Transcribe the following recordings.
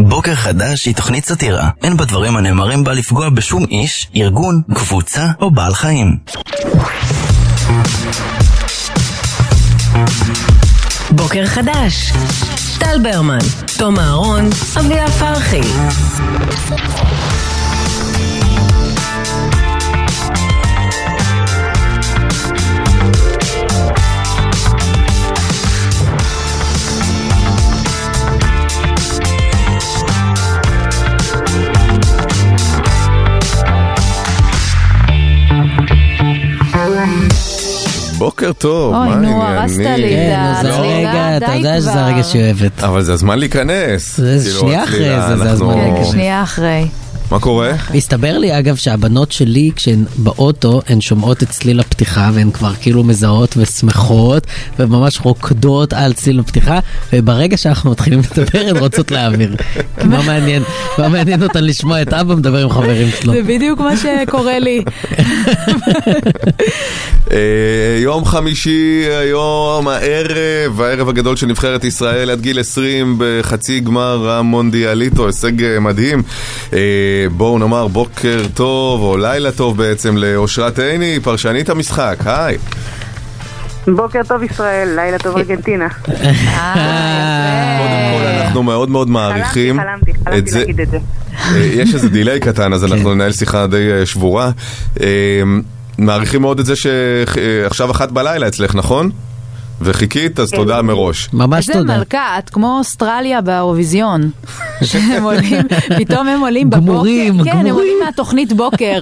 בוקר חדש היא תוכנית סאטירה. אין בדברים הנאמרים בה לפגוע בשום איש, ארגון, קבוצה או בעל חיים. בוקר חדש. טל ברמן, תום אהרון, אביה פרחי. בוקר טוב, אוי, נו, הרסת לי את רגע, אתה יודע שזה הרגע שהיא אוהבת. אבל זה הזמן להיכנס. זה שנייה אחרי, זה הזמן להיכנס. שנייה אחרי. מה קורה? הסתבר לי אגב שהבנות שלי כשהן באוטו הן שומעות את צליל הפתיחה והן כבר כאילו מזהות ושמחות וממש רוקדות על צליל הפתיחה, וברגע שאנחנו מתחילים לדבר הן רוצות להעביר. מה מעניין אותן לשמוע את אבא מדבר עם חברים שלו. זה בדיוק מה שקורה לי. יום חמישי, היום הערב הגדול של נבחרת ישראל עד גיל 20 בחצי גמר המונדיאליטו, הישג מדהים. בואו נאמר בוקר טוב או לילה טוב בעצם לאושרת עיני, פרשנית המשחק. היי. בוקר טוב ישראל, לילה טוב ארגנטינה. קודם כל אנחנו מאוד מאוד מעריכים חלמתי להגיד את זה. יש איזה דילי קטן אז אנחנו ננהל שיחה די שבורה. מעריכים מאוד את זה שעכשיו 1 בלילה אצלך, נכון? וחיכית, אז תודה מראש. ממש תודה. איזה מלכה, את כמו אוסטרליה באירוויזיון. שהם עולים, פתאום הם עולים בבוקר. גמורים. כן, הם עולים מהתוכנית בוקר.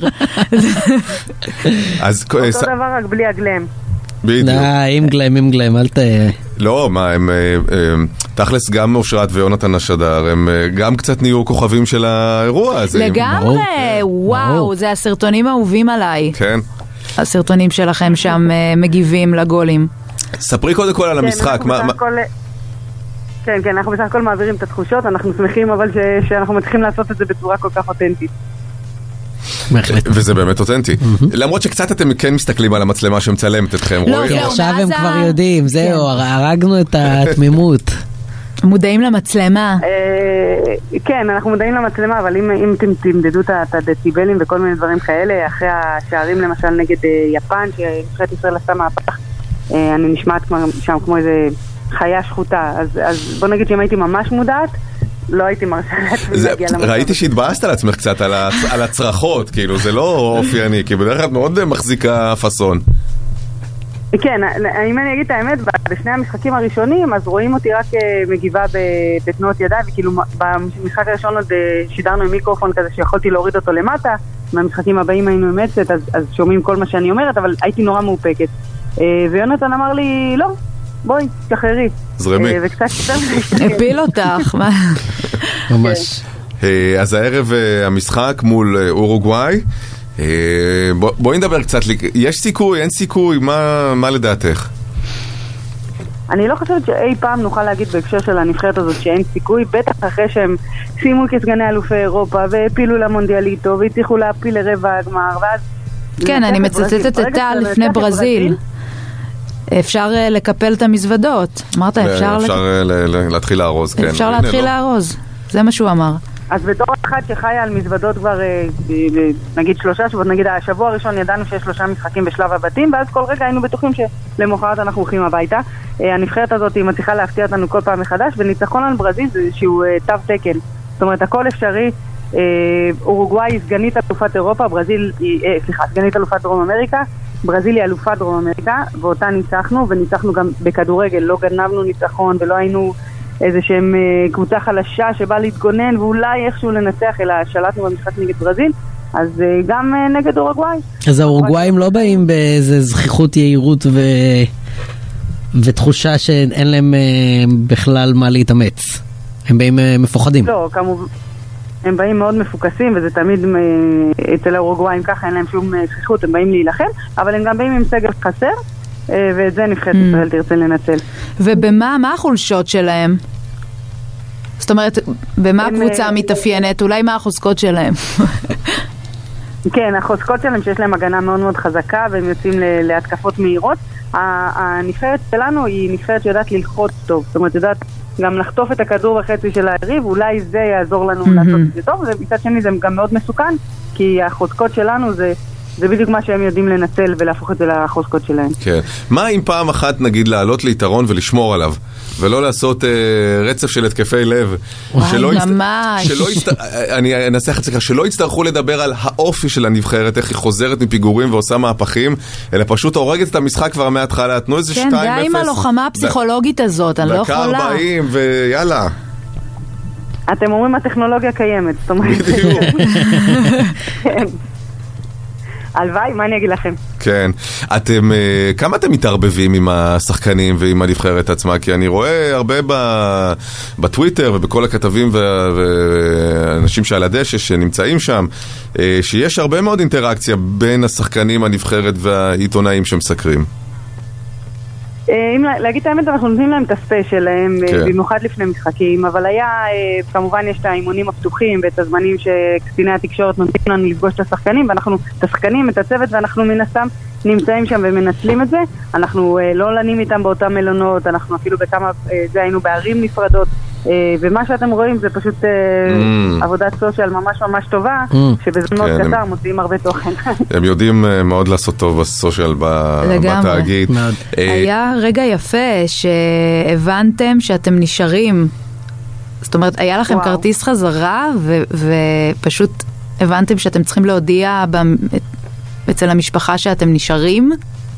אותו דבר רק בלי הגלם. בדיוק. עם גלם, אל ת... לא, מה, הם תכלס גם אושרת ויונתן השדר, הם גם קצת נהיו כוכבים של האירוע הזה. לגמרי, וואו, זה הסרטונים האהובים עליי. כן. הסרטונים שלכם שם מגיבים לגולים. ספרי קודם כל על המשחק. כן, אנחנו בסך הכל מעבירים את התחושות, אנחנו שמחים אבל שאנחנו מצליחים לעשות את זה בצורה כל כך אותנטית. וזה באמת אותנטי. למרות שקצת אתם כן מסתכלים על המצלמה שמצלמת אתכם. עכשיו הם כבר יודעים, זהו, הרגנו את התמימות. מודעים למצלמה. כן, אנחנו מודעים למצלמה, אבל אם תמדדו את הדציבלים וכל מיני דברים כאלה, אחרי השערים למשל נגד יפן, שנבחרת ישראל עשתה מהפך, אני נשמעת שם כמו איזה חיה שחוטה, אז בוא נגיד שאם הייתי ממש מודעת, לא הייתי מרשה לעצמי להגיע למצב. ראיתי שהתבאסת על עצמך קצת על הצרחות, כאילו זה לא אופייני, כי בדרך כלל מאוד מחזיקה פסון. כן, אם אני אגיד את האמת, בשני המשחקים הראשונים, אז רואים אותי רק מגיבה בתנועות ידיים, וכאילו במשחק הראשון עוד שידרנו עם מיקרופון כזה שיכולתי להוריד אותו למטה, מהמשחקים הבאים היינו עם עצת, אז שומעים כל מה שאני אומרת, אבל הייתי נורא מאופקת. ויונתן אמר לי, לא, בואי, תשחררי. זרמי. וקצת הפיל אותך. ממש. אז הערב המשחק מול אורוגוואי. בואי נדבר קצת, יש סיכוי, אין סיכוי, מה לדעתך? אני לא חושבת שאי פעם נוכל להגיד בהקשר של הנבחרת הזאת שאין סיכוי, בטח אחרי שהם שימו כסגני אלופי אירופה והפילו למונדיאליטו והצליחו להפיל לרבע הגמר, ואז... כן, אני מצטטת את טל לפני ברזיל. אפשר לקפל את המזוודות. אמרת, אפשר להתחיל לארוז, כן. אפשר להתחיל לארוז, זה מה שהוא אמר. אז בתור אחד שחיה על מזוודות כבר נגיד 3 שבועות, נגיד השבוע הראשון ידענו שיש 3 משחקים בשלב הבתים, ואז כל רגע היינו בטוחים שלמחרת אנחנו הולכים הביתה. הנבחרת הזאת היא מצליחה להפתיע אותנו כל פעם מחדש, וניצחון על ברזיל זה שהוא תו תקן. זאת אומרת, הכל אפשרי. אורוגוואי היא סגנית אלופת אירופה, סגנית אלופת דרום אמריקה, ברזיל היא אלופת דרום אמריקה, ואותה ניצחנו, וניצחנו גם בכדורגל, לא גנבנו ניצחון ולא היינו איזה שהם קבוצה חלשה שבאה להתגונן ואולי איכשהו לנצח, אלא שלטנו במשחק נגד ברזיל, אז גם נגד אורוגוואי. אז האורוגוואים לא באים באיזה זכיחות יהירות ותחושה שאין להם בכלל מה להתאמץ, הם באים מפוחדים. לא, כמובן הם באים מאוד מפוקסים, וזה תמיד אצל האורוגוואים ככה, אין להם שום זכיחות, הם באים להילחם, אבל הם גם באים עם סגל חסר, ואת זה נבחרת ישראל תרצה לנצל. מה החולשות שלהם? זאת אומרת, במה הקבוצה מתאפיינת? אולי מה החוזקות שלהם? כן, החוזקות שלהם שיש להם הגנה מאוד מאוד חזקה, והם יוצאים להתקפות מהירות. הנבחרת שלנו היא נבחרת שיודעת ללחוץ טוב, זאת אומרת, יודעת גם לחטוף את הכדור בחצי של היריב, אולי זה יעזור לנו לעשות את זה טוב, ומצד שני זה גם מאוד מסוכן, כי החוזקות שלנו זה בדיוק מה שהם יודעים לנצל ולהפוך את זה לחוזקות שלהם. כן. מה אם פעם אחת נגיד לעלות ליתרון ולשמור עליו, ולא לעשות רצף של התקפי לב? ממש. אני אנסה חצי כך, שלא יצטרכו לדבר על האופי של הנבחרת, איך היא חוזרת מפיגורים ועושה מהפכים, אלא פשוט הורגת את המשחק כבר מההתחלה. תנו איזה 2-0. כן, די עם הלוחמה הפסיכולוגית הזאת, אני לא יכולה. דקה 40 ויאללה. אתם אומרים הטכנולוגיה קיימת, זאת אומרת. בדיוק. כן. הלוואי, מה אני אגיד לכם? כן. כמה אתם מתערבבים עם השחקנים ועם הנבחרת עצמה? כי אני רואה הרבה בטוויטר ובכל הכתבים ואנשים שעל הדשא שנמצאים שם, שיש הרבה מאוד אינטראקציה בין השחקנים, הנבחרת והעיתונאים שמסקרים. אם להגיד את האמת, אנחנו נותנים להם את הספייס שלהם, במיוחד לפני משחקים, אבל היה, כמובן יש את האימונים הפתוחים ואת הזמנים שקציני התקשורת נותנים לנו לפגוש את השחקנים, ואנחנו, את השחקנים, את הצוות, ואנחנו מן הסתם נמצאים שם ומנצלים את זה. אנחנו לא לנים איתם באותם מלונות, אנחנו אפילו בכמה, זה היינו בערים נפרדות, ומה שאתם רואים זה פשוט עבודת סושיאל ממש ממש טובה, שבזמנות קצר מוציאים הרבה תוכן. הם יודעים מאוד לעשות טוב בסושיאל בתאגיד. היה רגע יפה שהבנתם שאתם נשארים, זאת אומרת היה לכם כרטיס חזרה ופשוט הבנתם שאתם צריכים להודיע אצל המשפחה שאתם נשארים?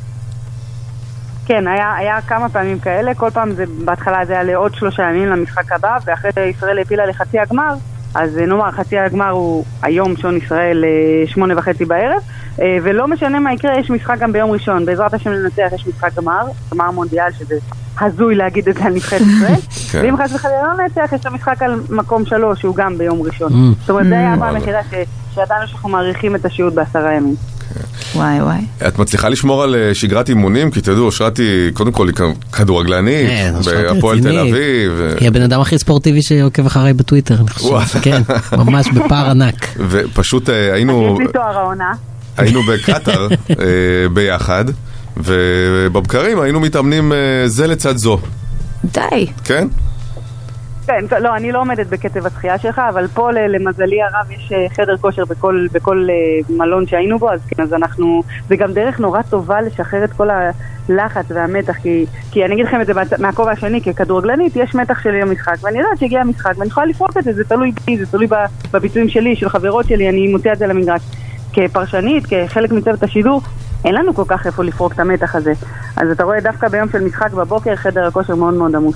כן, היה כמה פעמים כאלה, כל פעם בהתחלה זה היה לעוד 3 ימים למשחק הבא, ואחרי ישראל הפילה לחצי הגמר, אז נאמר, חצי הגמר הוא היום שעון ישראל 8:30 בערב, ולא משנה מה יקרה, יש משחק גם ביום ראשון, בעזרת השם לנצח יש משחק גמר מונדיאל, שזה הזוי להגיד את זה על נבחרת ישראל, ואם חס וחלילה לא נצח, יש המשחק על מקום 3, שהוא גם ביום ראשון. זאת אומרת, זה היה הפעם היחידה שידענו שאנחנו מעריכים את השהות ב10 ימים. וואי. את מצליחה לשמור על שגרת אימונים? כי תדעו, אושרתי קודם כל כדורגלנית בהפועל תל אביב. היא הבן אדם הכי ספורטיבי שעוקב אחריי בטוויטר, אני חושב. כן, ממש בפער ענק. ופשוט היינו... יש לי תואר העונה. היינו בקטר ביחד, ובבקרים היינו מתאמנים זה לצד זו. די. כן? כן, לא, אני לא עומדת בקצב השחייה שלך, אבל פה למזלי הרב יש חדר כושר בכל מלון שהיינו בו, אז כן, אז אנחנו, זה גם דרך נורא טובה לשחרר את כל הלחץ והמתח, כי אני אגיד לכם את זה מהכובע השני, ככדורגלנית יש מתח שלי למשחק, ואני יודעת שהגיע המשחק, ואני יכולה לפרוק את זה, זה תלוי בי, זה תלוי בביצועים שלי, של חברות שלי, אני מוציאה את זה למגרש. כפרשנית, כחלק מצוות השידור, אין לנו כל כך איפה לפרוק את המתח הזה. אז אתה רואה דווקא ביום של משחק בבוקר, חדר הכושר מאוד מאוד עמוס.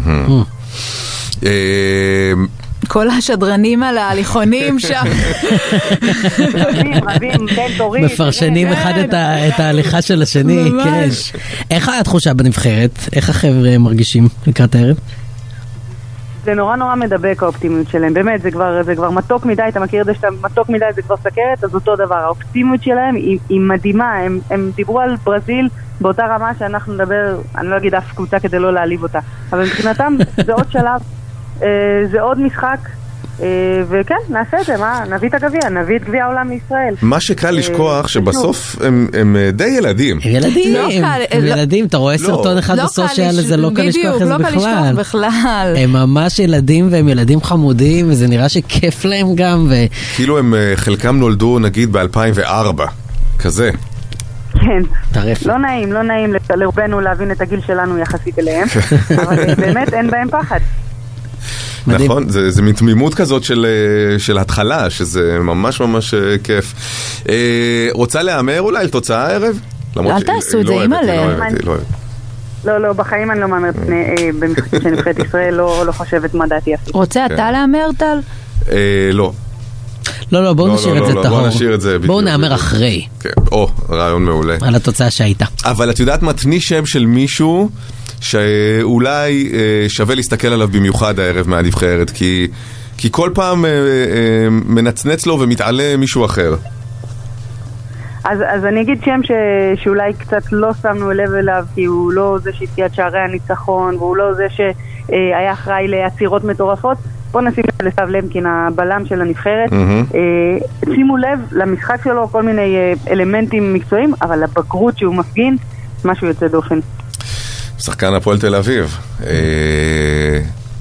כל השדרנים על ההליכונים שם רבים, כן, תורים מפרשנים אחד את ההליכה של השני. איך התחושה בנבחרת? איך החבר'ה מרגישים לקראת הערב? זה נורא נורא מדבק האופטימיות שלהם, באמת, זה כבר מתוק מדי, אתה מכיר את זה שאתה מתוק מדי, זה כבר סכרת, אז אותו דבר, האופטימיות שלהם היא מדהימה, הם דיברו על ברזיל באותה רמה שאנחנו נדבר, אני לא אגיד אף קבוצה כדי לא להעליב אותה, אבל מבחינתם זה עוד שלב, זה עוד משחק, וכן, נעשה את זה, נביא את הגביע, נביא את גביע העולם מישראל. מה שקל לשכוח שבסוף הם די ילדים. הם ילדים, אתה רואה סרטון אחד בסושיאל, זה לא קל לשכוח את זה בכלל. הם ממש ילדים והם ילדים חמודים, וזה נראה שכיף להם גם. כאילו הם חלקם נולדו נגיד ב-2004, כזה. כן, לא נעים לרובנו להבין את הגיל שלנו יחסית אליהם, אבל באמת אין בהם פחד. נכון, זה מתמימות כזאת של התחלה, שזה ממש ממש כיף. רוצה להאמר אולי על תוצאה הערב? אל תעשו את זה, אימא לב. לא, בחיים אני לא מאמרת במשחקים של נבחרת ישראל, לא חושבת מה דעתי אפילו. רוצה אתה להאמר, טל? לא. לא, בואו נשאיר את זה טהור. בואו נאמר אחרי. רעיון מעולה. על התוצאה שהייתה. אבל את יודעת מה, תני שם של מישהו שאולי שווה להסתכל עליו במיוחד הערב מהנבחרת, כי כל פעם מנצנץ לו ומתעלה מישהו אחר. אז אני אגיד שם שאולי קצת לא שמנו לב אליו, כי הוא לא זה שהפקיע את שערי הניצחון, והוא לא זה שהיה אחראי לעצירות מטורפות. בוא נשים לסתיו למקין, הבלם של הנבחרת. שימו לב למשחק שלו, כל מיני אלמנטים מקצועיים, אבל הבגרות שהוא מפגין, משהו יוצא דופן. שחקן הפועל תל אביב.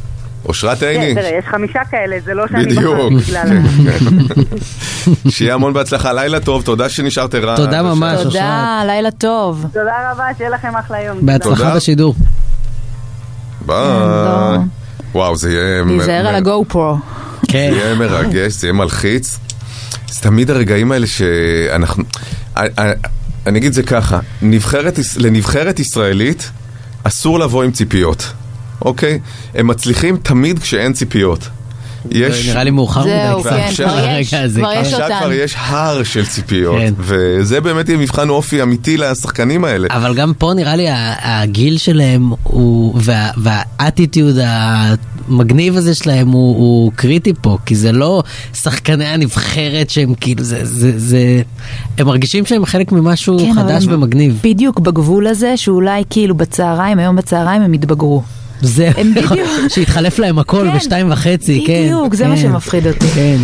אושרת עיני. תראה, יש 5 כאלה, זה לא שאני בדיוק. בגלל שיהיה המון בהצלחה, לילה טוב, תודה שנשארת ערה. תודה ממש, אושרת. תודה, לילה טוב. תודה רבה, שיהיה לכם אחלה יום. בהצלחה בשידור. ביי. וואו, זה יהיה... להיזהר על הגו-פרו. זה יהיה מרגש, זה יהיה מלחיץ. זה תמיד הרגעים האלה שאנחנו... אני אגיד זה ככה, לנבחרת ישראלית אסור לבוא עם ציפיות, אוקיי? הם מצליחים תמיד כשאין ציפיות. נראה לי מאוחר מדי. עכשיו כבר יש הר של ציפיות, וזה באמת יהיה מבחן אופי אמיתי לשחקנים האלה. אבל גם פה נראה לי הגיל שלהם והאטיטיוד המגניב הזה שלהם הוא קריטי פה, כי זה לא שחקני הנבחרת שהם כאילו, הם מרגישים שהם חלק ממשהו חדש ומגניב. בדיוק בגבול הזה שאולי כאילו בצהריים, היום בצהריים הם התבגרו. זה, שהתחלף להם הכל ב2:30, כן. בדיוק, זה מה שמפחיד אותי. כן.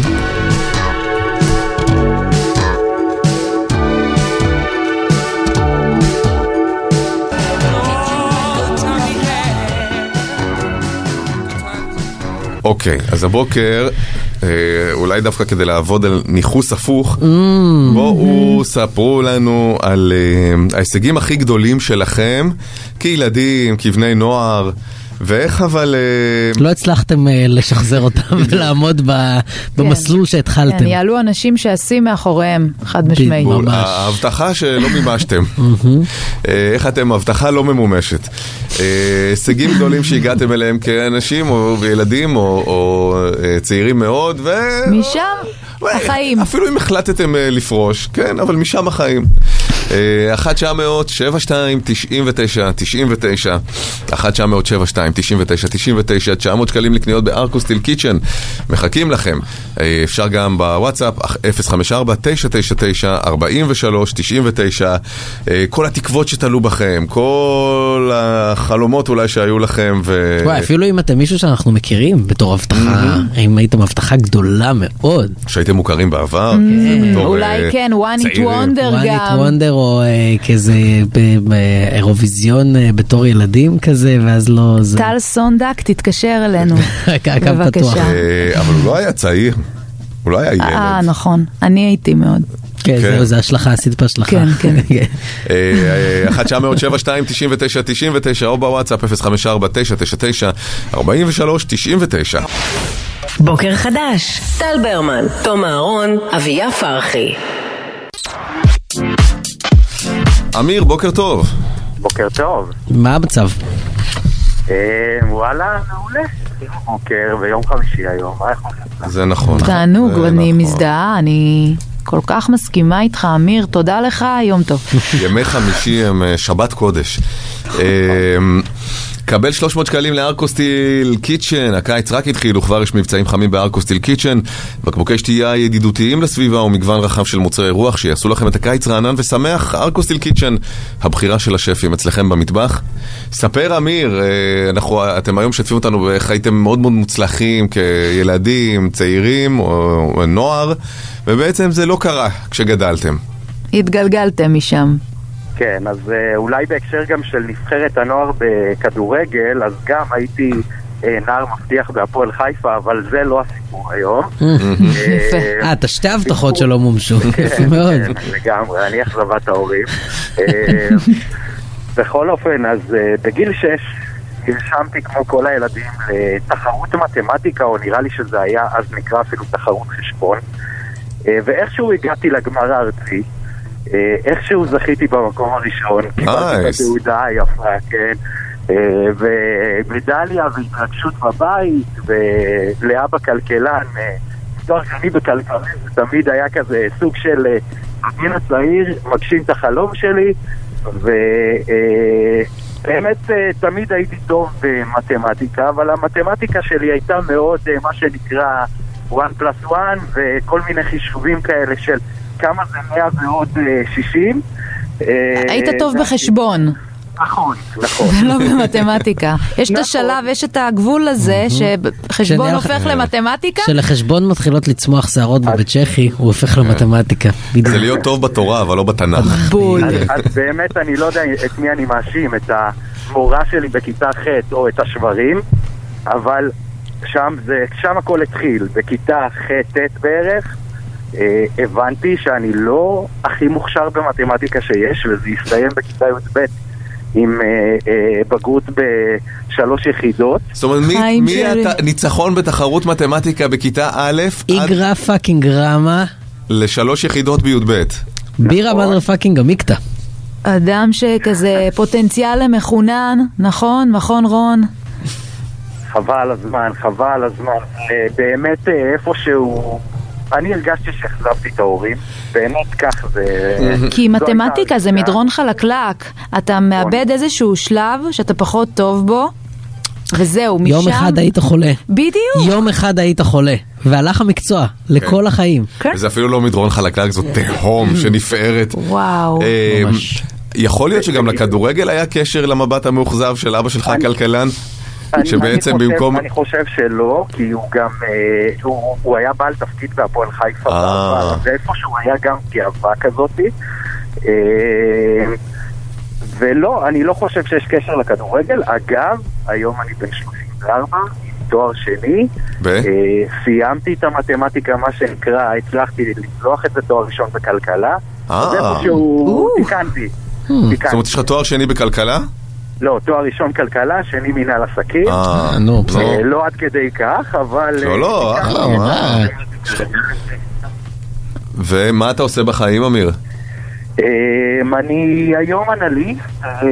אוקיי, אז הבוקר, אולי דווקא כדי לעבוד על ניחוס הפוך, בואו ספרו לנו על ההישגים הכי גדולים שלכם, כילדים, כבני נוער, ואיך אבל... לא הצלחתם לשחזר אותם ולעמוד במסלול שהתחלתם. כן, יעלו אנשים שעשים מאחוריהם, חד משמעי. ההבטחה שלא מימשתם. איך אתם, הבטחה לא ממומשת. הישגים גדולים שהגעתם אליהם כאנשים או ילדים או צעירים מאוד, משם החיים. אפילו אם החלטתם לפרוש, כן, אבל משם החיים. 1-900-72-99-99 1-900-72-99-99 900 שקלים לקניות בארקוסטיל קיצ'ן מחכים לכם. אפשר גם בוואטסאפ 054-999-4399 כל התקוות שתלו בכם, כל החלומות אולי שהיו לכם וואי, אפילו אם אתם מישהו שאנחנו מכירים בתור הבטחה, אם הייתם הבטחה גדולה מאוד שהייתם מוכרים בעבר, אולי כן, one it wonder גם או כזה באירוויזיון בתור ילדים כזה, ואז לא... טל סונדק, תתקשר אלינו. בבקשה. אבל הוא לא היה צעיר, הוא לא היה ילד. נכון, אני הייתי מאוד. כן, זהו, זה השלכה, עשית פה השלכה. כן, כן. 1-900-72-99-99 או בוואטסאפ 054-999-4399. בוקר חדש, טל ברמן, תום אהרון, אביה פרחי. אמיר, בוקר טוב. בוקר טוב. מה המצב? וואלה, מעולה. בוקר ויום חמישי היום. זה נכון. תענוג, אני מזדהה, אני כל כך מסכימה איתך, אמיר, תודה לך, יום טוב. ימי חמישי הם שבת קודש. קבל 300 שקלים לארקוסטיל קיצ'ן, הקיץ רק התחיל וכבר יש מבצעים חמים בארקוסטיל קיצ'ן, בקבוקי שתייה ידידותיים לסביבה ומגוון רחב של מוצרי רוח שיעשו לכם את הקיץ רענן ושמח. ארקוסטיל קיצ'ן, הבחירה של השפים אצלכם במטבח. ספר אמיר, אתם היום שתפים אותנו ואיך הייתם מאוד מאוד מוצלחים כילדים, צעירים או נוער, ובעצם זה לא קרה כשגדלתם. התגלגלתם משם. כן, אז אולי בהקשר גם של נבחרת הנוער בכדורגל, אז גם הייתי נער מבטיח בהפועל חיפה, אבל זה לא הסיפור היום. את שתי הבטחות שלא מומשו. כן, לגמרי, אני אכזבת ההורים. בכל אופן, אז בגיל 6 נרשמתי כמו כל הילדים לתחרות מתמטיקה, או נראה לי שזה היה אז נקרא אפילו תחרות חשבון, ואיכשהו הגעתי לגמר הארצי, איכשהו זכיתי במקום הראשון, קיבלתי את התעודה היפה, כן, ומדליה והתרגשות בבית, ולאבא כלכלן, תואר שני בכלכלה, זה תמיד היה כזה סוג של הגיל הצעיר, מגשים את החלום שלי, ובאמת תמיד הייתי טוב במתמטיקה, אבל המתמטיקה שלי הייתה מאוד מה שנקרא 1+1, וכל מיני חישובים כאלה של כמה זה 100 ועוד 60. היית טוב בחשבון. נכון, נכון. ולא במתמטיקה. יש את השלב, יש את הגבול הזה, שחשבון הופך למתמטיקה. שלחשבון מתחילות לצמוח שערות בבית צ'כי, הוא הופך למתמטיקה. זה להיות טוב בתורה, אבל לא בתנ"ך. בול. אז באמת אני לא יודע את מי אני מאשים, את המורה שלי בכיתה ח' או את השברים, אבל שם הכל התחיל, בכיתה ח'-ט' בערך. הבנתי שאני לא הכי מוכשר במתמטיקה שיש, וזה יסתיים בכיתה י"ב עם בגרות ב3 יחידות. זאת אומרת, מי ניצחון בתחרות מתמטיקה בכיתה א' איגרא פאקינג רמה ל3 יחידות בי"ב. בירה מדר פאקינג המיקטה. אדם שכזה פוטנציאל למחונן, נכון? מכון רון? חבל על הזמן. באמת איפשהו אני הרגשתי שהחזבתי את ההורים, באמת כך זה... כי מתמטיקה זה מדרון חלקלק, אתה מאבד איזשהו שלב שאתה פחות טוב בו, וזהו, משם... יום אחד היית חולה. בדיוק. יום אחד היית חולה, והלך המקצוע לכל החיים. זה אפילו לא מדרון חלקלק, זאת תהום שנפערת. וואו. ממש. יכול להיות שגם לכדורגל היה קשר למבט המאוכזב של אבא שלך הכלכלן? שבעצם במקום... אני חושב שלא, כי הוא גם, הוא היה בעל תפקיד בהפועל חיפה, ואיפה שהוא היה גם גאווה כזאת, ולא, אני לא חושב שיש קשר לכדורגל. אגב, היום אני בן 34, תואר שני, סיימתי את המתמטיקה, מה שנקרא, הצלחתי לצלוח את זה תואר ראשון בכלכלה, אז איפה שהוא תיקנתי. זאת אומרת, יש לך תואר שני בכלכלה? לא, תואר ראשון כלכלה, שני מנהל עסקים. לא עד כדי כך, אבל... לא, ומה אתה עושה בחיים, אמיר? אני היום אנליסט,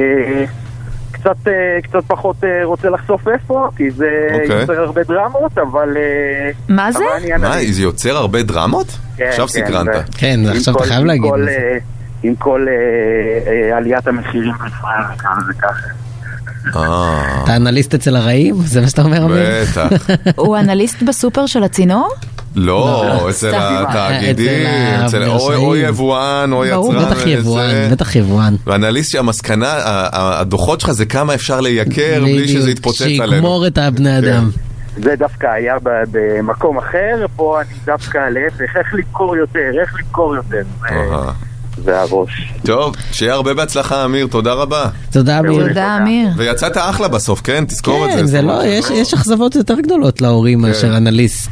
קצת פחות רוצה לחשוף איפה, כי זה יוצר הרבה דרמות, אבל... מה זה? מה, זה יוצר הרבה דרמות? עכשיו סקרנת. כן, עכשיו אתה חייב להגיד את זה. עם כל עליית המחירים בישראל וככה. אתה אנליסט אצל הרעים? זה מה שאתה אומר? בטח. הוא אנליסט בסופר של הצינור? לא, אצל התאגידים, או יבואן, או יצרן. בטח יבואן. ואנליסט שהמסקנה, הדוחות שלך זה כמה אפשר לייקר בלי שזה יתפוצץ עלינו. שיגמור את הבני אדם. זה דווקא היה במקום אחר, פה אני דווקא להפך, איך למכור יותר. זה הראש. טוב, שיהיה הרבה בהצלחה, אמיר, תודה רבה. תודה, אמיר. תודה, אמיר. ויצאת אחלה בסוף, כן? תזכור את זה. כן, זה לא, יש אכזבות יותר גדולות להורים מאשר אנליסט.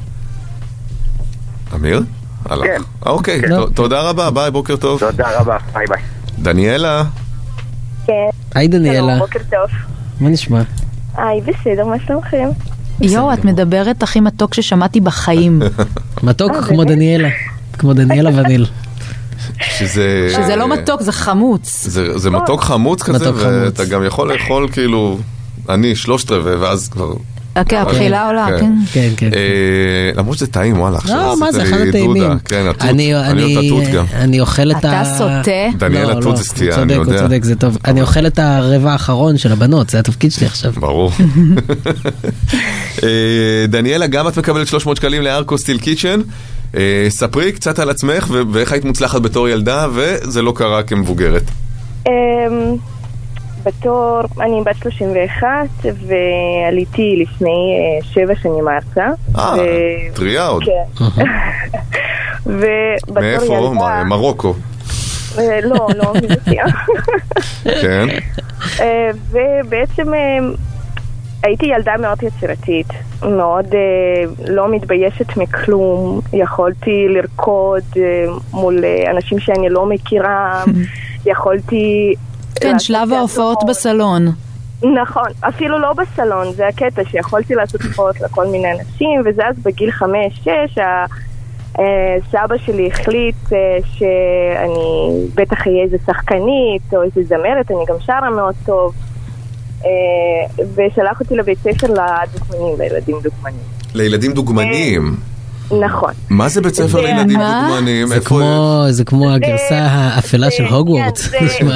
אמיר? כן. אוקיי, תודה רבה, ביי, בוקר טוב. תודה רבה, ביי ביי. דניאלה. כן. היי דניאלה. בוקר טוב. מה נשמע? היי, בסדר, מה שלומכם? יו, את מדברת הכי מתוק ששמעתי בחיים. מתוק כמו דניאלה. כמו דניאלה וניל. שזה לא מתוק, זה חמוץ. זה מתוק חמוץ כזה, ואתה גם יכול לאכול כאילו, אני 3/4 ואז כבר... אוקיי, הבחילה עולה, כן. כן. למרות שזה טעים, וואלה, עכשיו לא, מה זה, אחד הטעימים. כן, התות, אני אוהב את התות גם. אני אוכל את אתה סוטה? דניאל התות זה סטייה, אני יודע. הוא צודק, זה טוב. אני אוכל את הרבע האחרון של הבנות, זה התפקיד שלי עכשיו. ברור. דניאלה, גם את מקבלת 300 שקלים לארקו סטיל קיצ'ן. ספרי קצת על עצמך ואיך היית מוצלחת בתור ילדה, וזה לא קרה כמבוגרת. בתור, אני בת 31 ועליתי לפני 7 שנים ארצה. טריה עוד. מאיפה? מרוקו. לא, מרוסיה. כן. ובעצם הייתי ילדה מאוד יצירתית, מאוד לא מתביישת מכלום, יכולתי לרקוד מול אנשים שאני לא מכירה, יכולתי... כן, שלב ההופעות בסלון. נכון, אפילו לא בסלון, זה הקטע שיכולתי לעשות הופעות לכל מיני אנשים, וזה אז בגיל 5-6, סבא שלי החליט שאני בטח אהיה איזה שחקנית או איזה זמרת, אני גם שרה מאוד טוב, ושלח אותי לבית ספר לדוגמנים, לילדים דוגמנים. לילדים דוגמנים? נכון. מה זה בית ספר לילדים דוגמנים? זה כמו הגרסה האפלה של הוגוורטס.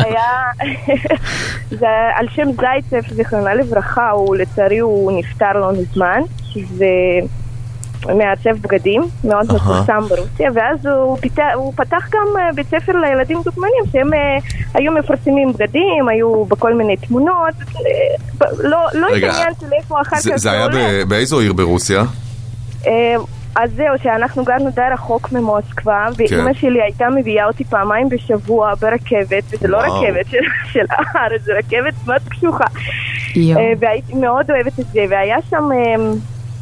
זה על שם זייצף, זיכרונה לברכה, לצערי הוא נפטר לא מזמן, זה מעצב בגדים, מאוד מפורסם ברוסיה, ואז הוא פתח גם בית ספר לילדים דוגמנים, שהם היו מפרסמים בגדים, היו בכל מיני תמונות, לא התעניינתי לאיפה אחר כך זה היה באיזו עיר ברוסיה? אז זהו, שאנחנו גרנו די רחוק ממוסקבה, ואימא שלי הייתה מביאה אותי פעמיים בשבוע ברכבת, וזה לא רכבת של הארץ, זה רכבת מאוד קשוחה. והייתי מאוד אוהבת את זה, והיה שם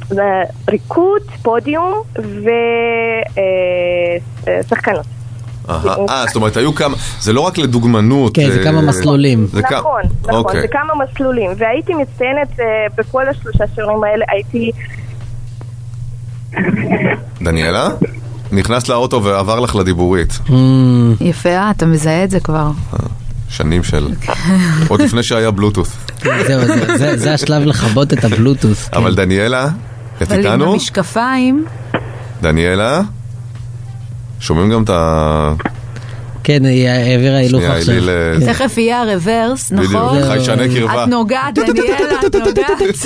ריקוד, פודיום ושחקנות. זאת אומרת, היו כמה, זה לא רק לדוגמנות. כן, זה כמה מסלולים. נכון, זה כמה מסלולים. והייתי מצטיינת בכל השלושה שיעורים האלה, הייתי... דניאלה? נכנס לאוטו ועבר לך לדיבורית. יפה, אתה מזהה את זה כבר. שנים של... עוד לפני שהיה בלוטוס. זה השלב לחבות את הבלוטוס. אבל דניאלה, את איתנו? אבל עם המשקפיים... דניאלה? שומעים גם את ה... כן, היא העבירה הילוך עכשיו. תכף יהיה הרוורס, נכון? בדיוק, חיישני קרבה. את נוגעת, דניאלה, את נוגעת.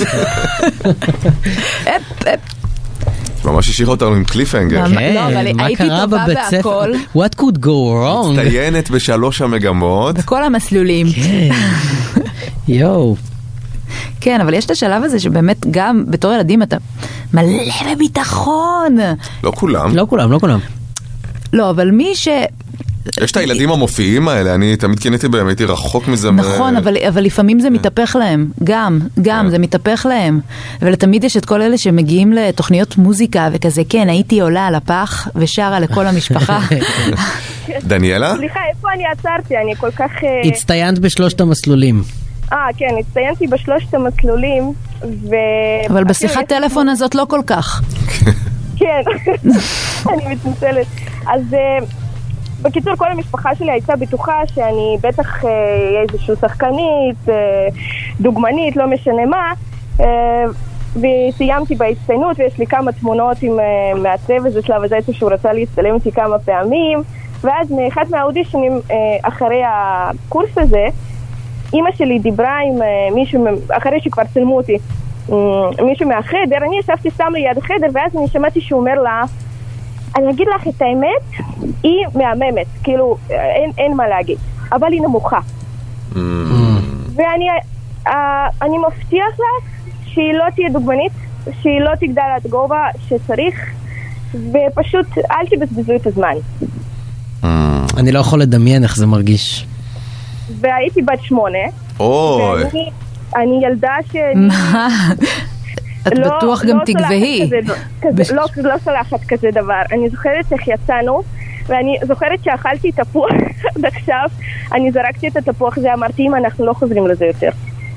ממש השאיר אותנו עם קליפהנגר. כן, מה קרה בבית ספר? What could go wrong? מצטיינת בשלוש המגמות. בכל המסלולים. כן. יואו. כן, אבל יש את השלב הזה שבאמת גם בתור ילדים אתה מלא בביטחון. לא כולם. לא כולם. לא, אבל מי ש... יש את הילדים המופיעים האלה, אני תמיד קניתי בהם, הייתי רחוק מזה. נכון, אבל לפעמים זה מתהפך להם, גם זה מתהפך להם. ולתמיד יש את כל אלה שמגיעים לתוכניות מוזיקה וכזה, כן, הייתי עולה על הפח ושרה לכל המשפחה. דניאלה? סליחה, איפה אני עצרתי? אני כל כך... הצטיינת בשלושת המסלולים. כן, הצטיינתי בשלושת המסלולים, אבל בשיחת טלפון הזאת לא כל כך. כן, אני מתנצלת. אז... בקיצור, כל המשפחה שלי הייתה בטוחה שאני בטח איזושהי שחקנית, דוגמנית, לא משנה מה, וסיימתי בהצטיינות ויש לי כמה תמונות עם מעצב איזה שלב הזה שהוא רצה להצטלם איתי כמה פעמים, ואז מאחד מהאודישנים אחרי הקורס הזה, אמא שלי דיברה עם מישהו, אחרי שכבר צילמו אותי, מישהו מהחדר, אני ישבתי סתם ליד החדר ואז אני שמעתי שהוא אומר לה, אני אגיד לך את האמת, היא מהממת, כאילו אין מה להגיד, אבל היא נמוכה. ואני מבטיח לך שהיא לא תהיה דוגמנית, שהיא לא תגדל עד גובה שצריך, ופשוט אל תבזבזו את הזמן. אני לא יכול לדמיין איך זה מרגיש. והייתי בת 8. אוי. אני ילדה את בטוח גם תגבהי. לא סולחת כזה דבר. אני זוכרת איך יצאנו, ואני זוכרת שאכלתי תפוח עד עכשיו, אני זרקתי את התפוח הזה, אמרתי אם אנחנו לא חוזרים לזה יותר.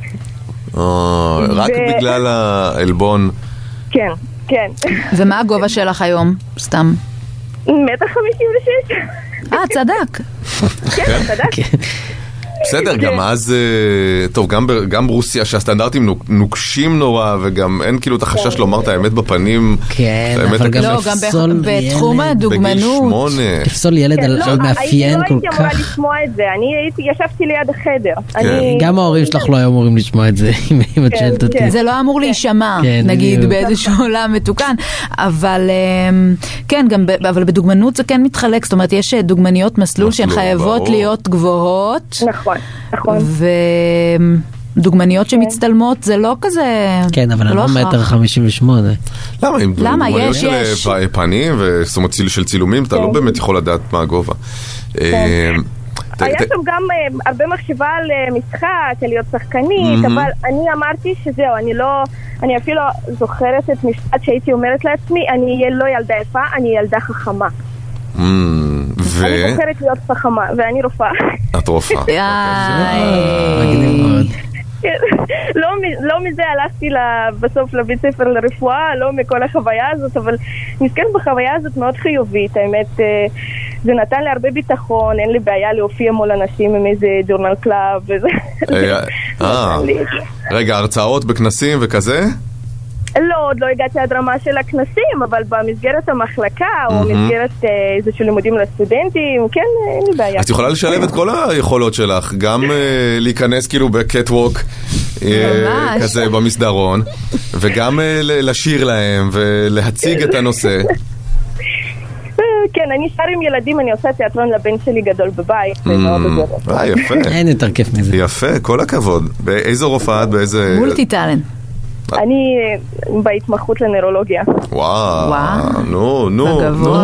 רק בגלל האלבון. כן, כן. ומה הגובה שלך היום? סתם. 1.56 מטר. צדק. כן, צדק. בסדר, גם אז, טוב, גם ברוסיה שהסטנדרטים נוקשים נורא, וגם אין כאילו את החשש לומר את האמת בפנים. כן, אבל גם לפסול ילד. בתחום הדוגמנות. לפסול ילד על מאפיין כל כך. אני לא הייתי אמורה לשמוע את זה, אני ישבתי ליד החדר. גם ההורים שלך לא היו אמורים לשמוע את זה, אם את שואלת אותי. זה לא אמור להישמע, נגיד, באיזשהו עולם מתוקן, אבל כן, אבל בדוגמנות זה כן מתחלק, זאת אומרת, יש דוגמניות מסלול שהן חייבות להיות גבוהות. נכון. נכון. ודוגמניות שמצטלמות זה לא כזה... כן, אבל אני לא 1.58 מטר. למה? עם דוגמניות של פנים וזאת אומרת של צילומים, אתה לא באמת יכול לדעת מה הגובה. היה שם גם הרבה מחשבה על משחק, על להיות שחקנית, אבל אני אמרתי שזהו, אני אפילו זוכרת את משפט שהייתי אומרת לעצמי, אני אהיה לא ילדה יפה, אני ילדה חכמה. אני בוחרת להיות חכמה, ואני רופאה. את רופאה. לא מזה הלכתי בסוף לבית ספר לרפואה, לא מכל החוויה הזאת, אבל נזכרת בחוויה הזאת מאוד חיובית, האמת, זה נתן לי הרבה ביטחון, אין לי בעיה להופיע מול אנשים עם איזה ג'ורנל קלאב וזה. רגע, הרצאות בכנסים וכזה? לא, עוד לא הגעתי עד רמה של הכנסים, אבל במסגרת המחלקה או במסגרת איזשהו לימודים לסטודנטים, כן, אין לי בעיה. את יכולה לשלב את כל היכולות שלך, גם להיכנס כאילו בקטווק כזה במסדרון, וגם לשיר להם ולהציג את הנושא. כן, אני שר עם ילדים, אני עושה תיאטרון לבן שלי גדול בבית. יפה. אין יותר כיף מזה. יפה, כל הכבוד. באיזו רופאה, באיזה... מולטי טלנט. אני בהתמחות לנוירולוגיה. וואו, נו.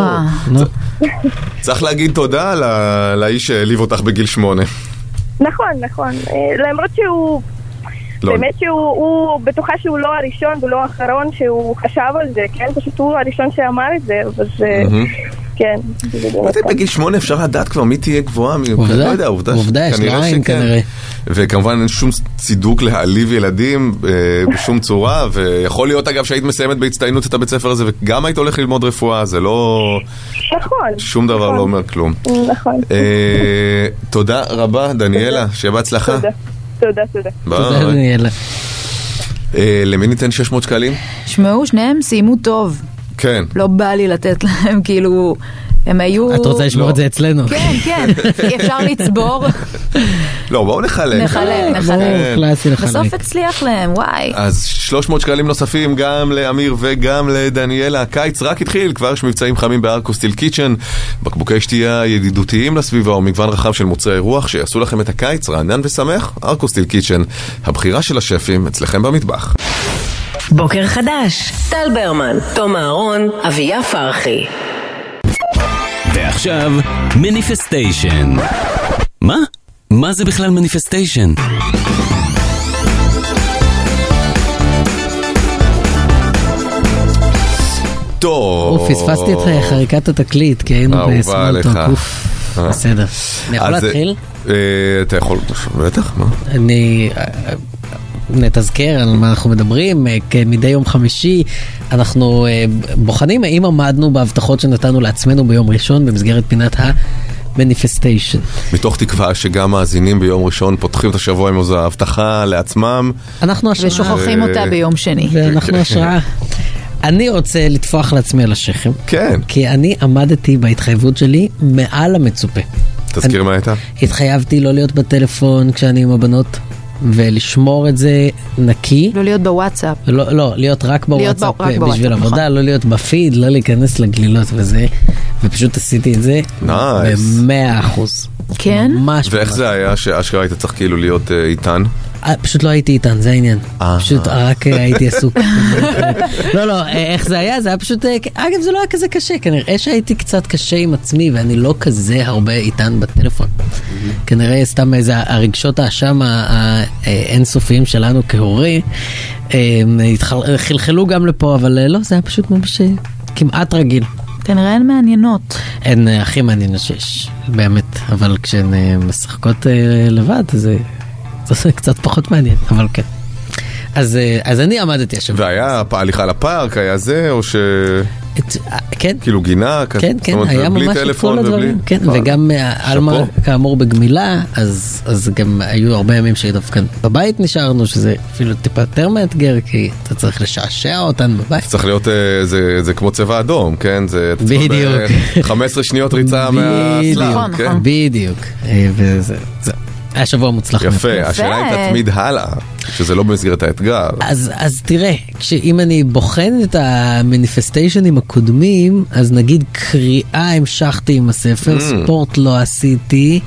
צריך להגיד תודה לאיש שהעליב אותך בגיל 8. נכון. למרות שהוא באמת שהוא בטוחה שהוא לא הראשון ולא האחרון שהוא חשב על זה, כן? פשוט הוא הראשון שאמר את זה, אבל זה... כן. בגיל 8 אפשר לדעת כבר מי תהיה גבוהה, לא יודע, עובדה, יש לו עין כנראה. וכמובן אין שום צידוק להעליב ילדים בשום צורה, ויכול להיות אגב שהיית מסיימת בהצטיינות את הבית ספר הזה, וגם היית הולך ללמוד רפואה, זה לא... נכון. שום דבר לא אומר כלום. נכון. תודה רבה, דניאלה, שיהיה בהצלחה. תודה. תודה, דניאלה. למי ניתן 600 שקלים? שמעו, שניהם סיימו טוב. כן. לא בא לי לתת להם, כאילו, הם היו... את רוצה לשמור את זה אצלנו? כן, אפשר לצבור. לא, בואו נחלק. בסוף הצליח להם, וואי. אז 300 שקלים נוספים גם לאמיר וגם לדניאלה. הקיץ רק התחיל, כבר יש מבצעים חמים בארקו סטיל קיצ'ן, בקבוקי שתייה ידידותיים לסביבה ומגוון רחב של מוצרי רוח שיעשו לכם את הקיץ רענן ושמח. ארקו סטיל קיצ'ן, הבחירה של השפים אצלכם במטבח. בוקר חדש, טל ברמן, תום אהרון, אביה פרחי. ועכשיו, מניפסטיישן. מה? מה זה בכלל מניפסטיישן? טוב. פספסתי את חריקת התקליט, כי היינו בסמולטוק. בסדר. אני יכול להתחיל? אתה יכול, בטח, מה? אני... נתזכר על מה אנחנו מדברים, כמדי יום חמישי אנחנו בוחנים האם עמדנו בהבטחות שנתנו לעצמנו ביום ראשון במסגרת פינת המניפסטיישן. מתוך תקווה שגם מאזינים ביום ראשון פותחים את השבוע עם איזו הבטחה לעצמם. אנחנו השראה. ושוכחים אותה ביום שני. ואנחנו השראה. אני רוצה לטפוח לעצמי על השכם. כן. כי אני עמדתי בהתחייבות שלי מעל המצופה. תזכיר מה הייתה? התחייבתי לא להיות בטלפון כשאני עם הבנות. ולשמור את זה נקי. לא להיות בוואטסאפ. לא, להיות רק בוואטסאפ בשביל עבודה, לא להיות בפיד, לא להיכנס לגלילות וזה. ופשוט עשיתי את זה ב100%. כן? ואיך זה היה שאשכרה היית צריך כאילו להיות איתן? פשוט לא הייתי איתן, זה העניין. פשוט רק הייתי עסוק. לא, איך זה היה? זה היה פשוט... אגב, זה לא היה כזה קשה. כנראה שהייתי קצת קשה עם עצמי, ואני לא כזה הרבה איתן בטלפון. כנראה סתם איזה הרגשות האשם האינסופיים שלנו כהורה, חלחלו גם לפה, אבל לא, זה היה פשוט ממש כמעט רגיל. כנראה הן מעניינות. הן הכי מעניינות שיש, באמת. אבל כשהן משחקות לבד, זה קצת פחות מעניין, אבל כן. אז אני עמדתי השבוע. והיה הליכה לפארק, היה זה, או ש... כן. כאילו גינה, כן, היה ממש את כל הדברים. כן, וגם אלמה כאמור בגמילה, אז גם היו הרבה ימים שדווקא בבית נשארנו, שזה אפילו טיפה יותר מאתגר, כי אתה צריך לשעשע אותן בבית. צריך להיות, זה כמו צבע אדום, כן? בדיוק. 15 שניות ריצה מהסלאם, כן? בדיוק. וזה... היה שבוע מוצלח. יפה, השאלה היא תתמיד הלאה, שזה לא במסגרת האתגר. אז תראה, אם אני בוחן את המניפסטיישנים הקודמים, אז נגיד קריאה המשכתי עם הספר, ספורט לא עשיתי,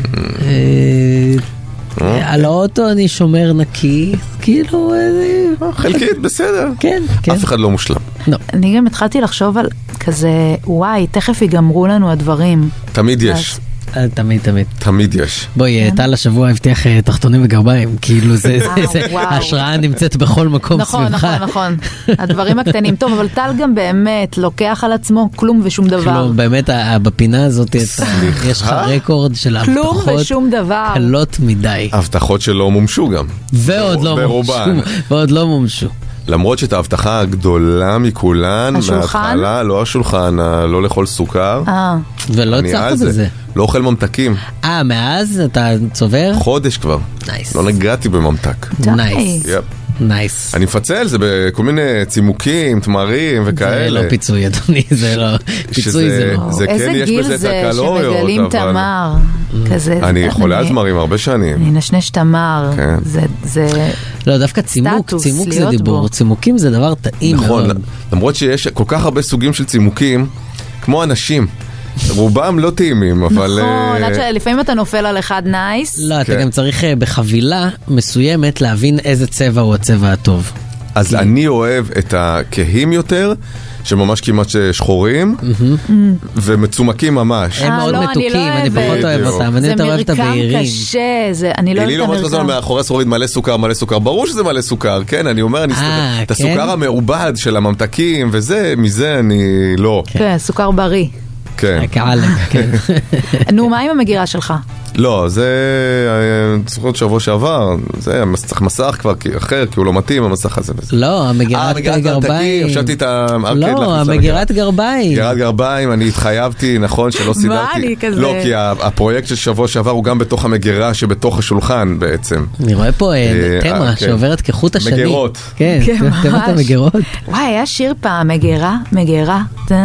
על האוטו אני שומר נקי, כאילו... חלקית, בסדר. כן. אף אחד לא מושלם. אני גם התחלתי לחשוב על כזה, וואי, תכף ייגמרו לנו הדברים. תמיד יש. תמיד יש. בואי, טל השבוע הבטיח תחתונים וגרביים, כאילו זה, ההשראה נמצאת בכל מקום סביבך. נכון. הדברים הקטנים. טוב, אבל טל גם באמת לוקח על עצמו כלום ושום דבר. כלום, באמת בפינה הזאת יש לך רקורד של הבטחות כלום ושום דבר. קלות מדי. הבטחות שלא מומשו גם. ועוד לא מומשו. למרות שאת ההבטחה הגדולה מכולן, מההתחלה, לא השולחן, לא לאכול סוכר. ולא הצלחת בזה. לא אוכל ממתקים. מאז אתה צובר? חודש כבר. נייס. לא נגעתי בממתק. נייס. נייס. אני מפצל, זה בכל מיני צימוקים, תמרים וכאלה. זה לא פיצוי, אדוני, זה לא. פיצוי זה לא. זה כן, יש בזה את הקלוריות. איזה גיל זה שמגלים תמר. אני חולה על תמרים הרבה שנים. אני נשנש תמר. זה... לא, דווקא צימוק זה דיבור. צימוקים זה דבר טעים מאוד. נכון, למרות שיש כל כך הרבה סוגים של צימוקים, כמו אנשים. רובם לא טעימים, אבל... נכון, לפעמים אתה נופל על אחד נייס. לא, אתה גם צריך בחבילה מסוימת להבין איזה צבע הוא הצבע הטוב. אז אני אוהב את הכהים יותר, שממש כמעט שחורים, ומצומקים ממש. הם מאוד מתוקים, אני פחות אוהב אותם, אני יותר אוהב את הבהירים. זה מרקם קשה, אני לא אוהב את המרקם. לי מאחורי הסוריד מלא סוכר, ברור שזה מלא סוכר, כן, אני אומר, את הסוכר המעובד של הממתקים וזה, מזה אני לא. כן, סוכר בריא. כן. כן. נו, מה עם המגירה שלך? לא, זה זוכרת שבוע שעבר, זה צריך מסך כבר אחר, כי הוא לא מתאים המסך הזה. לא, המגירת גרביים. חשבתי את הארקד. לא, המגירת גרביים. מגירת גרביים, אני התחייבתי, נכון, שלא סידרתי. מה אני כזה? לא, כי הפרויקט של שבוע שעבר הוא גם בתוך המגירה שבתוך השולחן בעצם. אני רואה פה תמה שעוברת כחוט השני. מגירות. כן, תמת המגירות. וואי, היה שיר פעם, מגירה,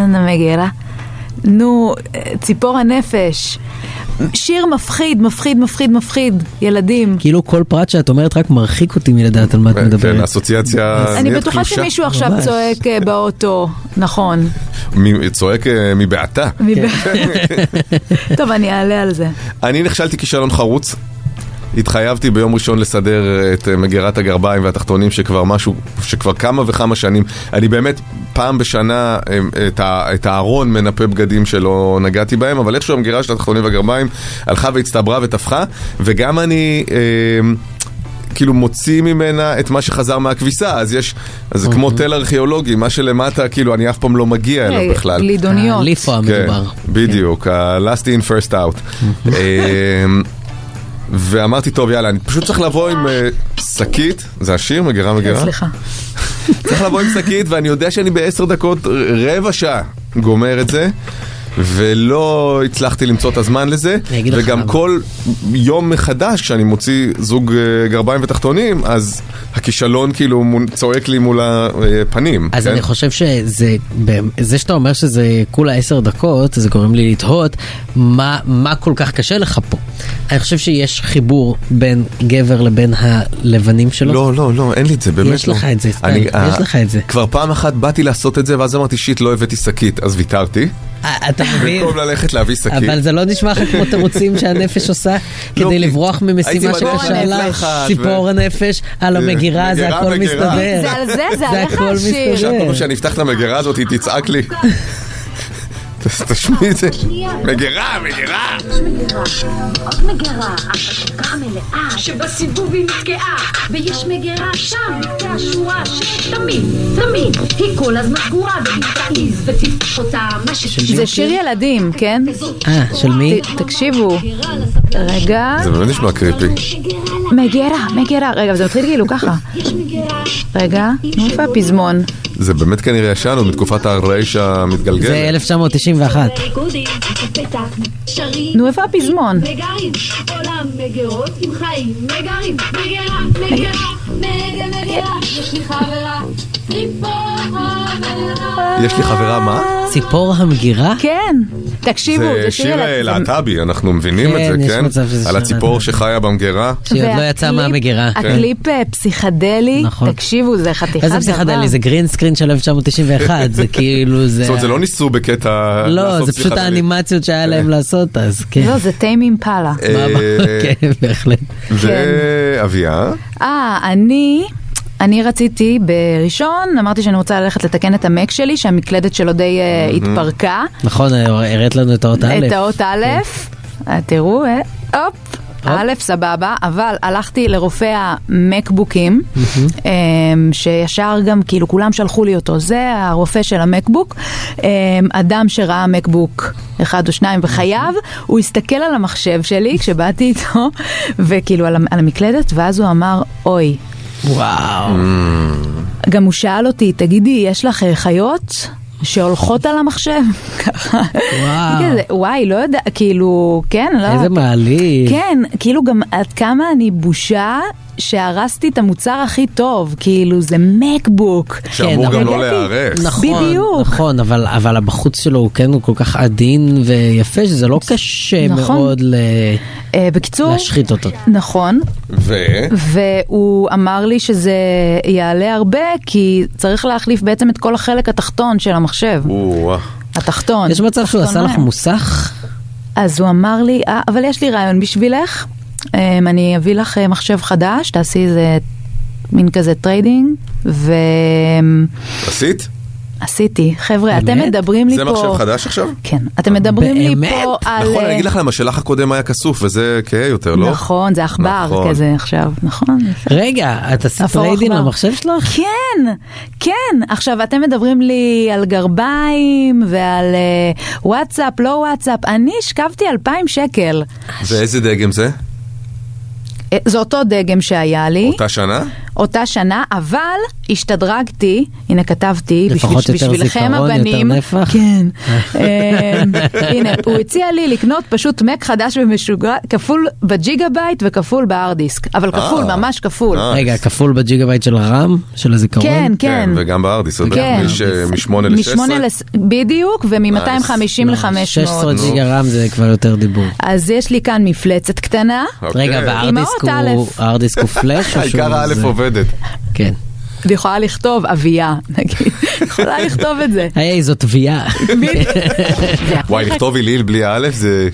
נו, ציפור הנפש. שיר מפחיד, ילדים. כאילו כל פרט שאת אומרת רק מרחיק אותי מלדעת על מה את מדברת. כן, אסוציאציה. אני בטוחה שמישהו עכשיו צועק באוטו, נכון. צועק מבעתה. טוב, אני אעלה על זה. אני נכשלתי כישלון חרוץ. התחייבתי ביום ראשון לסדר את מגירת הגרביים והתחתונים שכבר כמה וכמה שנים, אני באמת פעם בשנה את הארון מנפה בגדים שלא נגעתי בהם, אבל איכשהו המגירה של התחתונים והגרביים הלכה והצטברה ותפחה, וגם אני כאילו מוציא ממנה את מה שחזר מהכביסה, אז זה כמו תל ארכיאולוגי, מה שלמטה כאילו אני אף פעם לא מגיע אליו בכלל. גלידוניות. ליפו המדובר. בדיוק, ה-last in first out. ואמרתי, טוב, יאללה, אני פשוט צריך לבוא עם שקית, זה השיר, מגירה. סליחה. צריך לבוא עם שקית, ואני יודע שאני ב10 דקות, רבע שעה גומר את זה, ולא הצלחתי למצוא את הזמן לזה, וגם כל יום מחדש, כשאני מוציא זוג גרביים ותחתונים, אז הכישלון כאילו צועק לי מול הפנים. אז אני חושב שזה שאתה אומר שזה כולה 10 דקות, זה גורם לי לתהות, מה כל כך קשה לך פה? אני חושב שיש חיבור בין גבר לבין הלבנים שלו. לא, אין לי את זה, באמת לא. יש לך את זה, יש לך את זה. כבר פעם אחת באתי לעשות את זה, ואז אמרתי, שיט, לא הבאתי שקית, אז ויתרתי. אתה מבין? במקום ללכת להביא שקית. אבל זה לא נשמע לך כמו תירוצים שהנפש עושה כדי לברוח ממשימה שקשה לה, ציפור הנפש, על המגירה, זה הכל מסתדר. זה על זה, זה עליך השיר. עכשיו שאני אפתח את המגירה הזאת, היא תצעק לי. תשמעי את זה. מגירה. עוד מגירה, אבל כל כך מלאה שבסיבוב היא נתקעה, ויש מגירה שם בקצה השורה שתמיד היא כל הזמן סגורה והיא תעיז ותפתח אותה. זה שיר ילדים, כן? של מי? תקשיבו. רגע. זה באמת נשמע קריפי. מגירה. רגע, זה מתחיל כאילו ככה. רגע, איפה הפזמון? זה באמת כנראה ישן, הוא מתקופת הרייש המתגלגל. זה 1991. נו, איפה הפזמון? עולם מגירות עם חיים, מגרים, מגירה, יש לי חברה, יש לי חברה, מה? ציפור המגירה? כן, תקשיבו, זה שיר להט"בי, אנחנו מבינים את זה, כן? על הציפור שחיה במגירה. שהיא עוד לא יצאה מהמגירה. הקליפ פסיכדלי, תקשיבו, זה חתיכה דבר. איזה פסיכדלי? זה גרין סקרין של 1991, זה כאילו זה... זאת אומרת, זה לא ניסו בקטע... לא, זה פשוט האנימציות שהיה להם לעשות, אז כן. לא, זה טיים אימפלה. כן, בהחלט. ואביה? אני רציתי בראשון, אמרתי שאני רוצה ללכת לתקן את המק שלי, שהמקלדת שלו די התפרקה. נכון, הראת לנו את האות א'. את האות א', תראו, הופ. א', סבבה, אבל הלכתי לרופא המקבוקים, שישר גם, כאילו, כולם שלחו לי אותו. זה הרופא של המקבוק. אדם שראה מקבוק 1 או 2 בחייו, הוא הסתכל על המחשב שלי כשבאתי איתו, וכאילו על המקלדת, ואז הוא אמר, אוי. וואו. גם הוא שאל אותי, תגידי, יש לך חיות שהולכות על המחשב? ככה. וואי, לא יודע, כאילו, כן, לא. איזה מעליב. כן, כאילו גם עד כמה אני בושה שהרסתי את המוצר הכי טוב, כאילו זה מקבוק. שאמור גם לא להיערך. בדיוק. נכון, אבל הבחוץ שלו הוא כן, הוא כל כך עדין ויפה, שזה לא קשה מאוד להשחית אותו. נכון. והוא אמר לי שזה יעלה הרבה, כי צריך להחליף בעצם את כל החלק התחתון של המחשב. התחתון. יש מצב שהוא עשה לך מוסך? אז הוא אמר לי, אבל יש לי רעיון בשבילך, אני אביא לך מחשב חדש, תעשי איזה מין כזה טריידינג, עשית? עשיתי. חבר'ה, אתם מדברים לי פה... זה מחשב חדש עכשיו? כן. אתם מדברים לי פה על... נכון, אני אגיד לך למה, שלך הקודם היה כסוף, וזה כהה יותר, לא? נכון, זה אכבר כזה עכשיו, נכון? רגע, את עשית טריידין למחשב שלך? כן, כן. עכשיו, אתם מדברים לי על גרביים ועל וואטסאפ, לא וואטסאפ. אני השקבתי 2,000 שקל. ואיזה דגם זה? זה אותו דגם שהיה לי. אותה שנה? אותה שנה, אבל השתדרגתי, הנה כתבתי, בשבילכם הבנים. כן. הנה, הוא הציע לי לקנות פשוט מק חדש ומשוגע, כפול בג'יגה בייט וכפול בהארד דיסק. אבל כפול, ממש כפול. רגע, כפול בג'יגה בייט של הרם? של הזיכרון? כן, כן. וגם בהארד דיסק. יש מ-8 ל-16. בדיוק, ומ-250 ל-500. 16 ג'יגה רם זה כבר יותר דיבור. אז יש לי כאן מפלצת קטנה. רגע, והארד דיסק הוא פלאש? העיקר א' עובדת. כן. אני יכולה לכתוב אביה, נגיד. יכולה לכתוב את זה. היי, זאת אביה. וואי, לכתוב איליל בלי א' זה...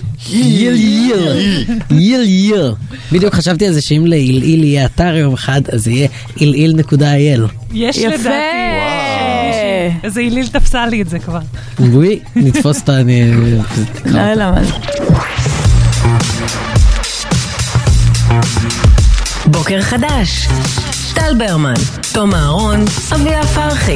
איל. בדיוק חשבתי על זה שאם לאיל יהיה אתר יום אחד, אז יהיה איל.il. יש לדעתי. איזה איליל תפסה לי את זה כבר. וואי, נתפוס אותה, אני... לא, למה. בוקר חדש. טל ברמן, תום אהרון, אביה פרחי.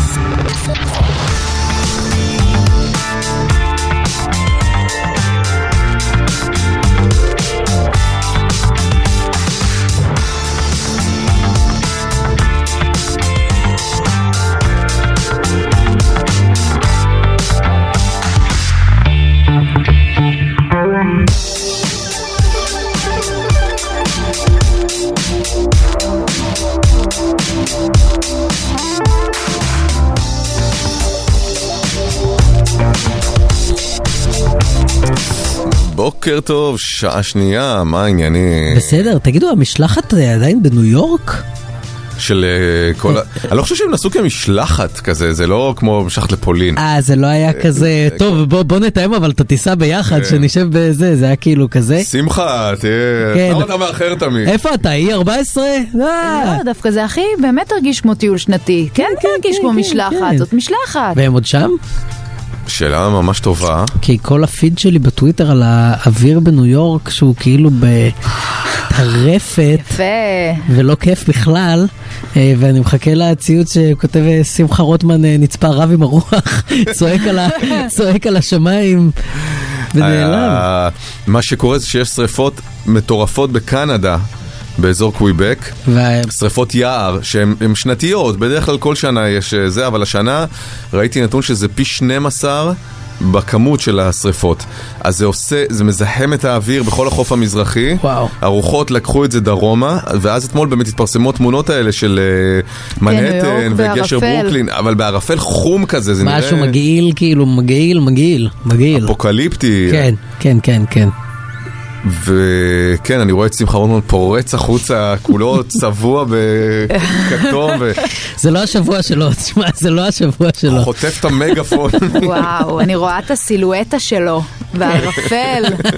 בוקר טוב, שעה שנייה, מה העניינים? בסדר, תגידו, המשלחת עדיין בניו יורק? של כל... אני לא חושב שהם נסעו כמשלחת כזה, זה לא כמו משלחת לפולין. זה לא היה כזה, טוב, בוא נתאם אבל אתה תיסע ביחד, שנשב בזה, זה היה כאילו כזה. שמחה, תהיה, למה אתה מאחר תמיד? איפה אתה, E14? לא, דווקא זה הכי באמת הרגיש כמו טיול שנתי. כן, הרגיש כמו משלחת, זאת משלחת. והם עוד שם? שאלה ממש טובה. כי כל הפיד שלי בטוויטר על האוויר בניו יורק, שהוא כאילו בטרפת, ולא כיף בכלל, ואני מחכה לציוץ שכותב שמחה רוטמן נצפה רב עם הרוח, צועק על השמיים, ונעלם. מה שקורה זה שיש שריפות מטורפות בקנדה, באזור קוויבק, שריפות יער שהן שנתיות, בדרך כלל כל שנה יש זה, אבל השנה ראיתי נתון שזה פי 12 בכמות של השריפות. אז זה מזהם את האוויר בכל החוף המזרחי. הרוחות לקחו את זה דרומה, ואז אתמול באמת התפרסמו תמונות האלה של מנהטן וגשר ברוקלין, אבל בערפל חום כזה, זה נראה... משהו מגעיל, כאילו מגעיל. אפוקליפטי. כן. וכן, אני רואה את שמחה רוטמן פורץ החוצה, כולו צבוע בכתום. זה לא השבוע שלו, תשמע, זה לא השבוע שלו. חוטף את המגפון. וואו, אני רואה את הסילואטה שלו, והרפל.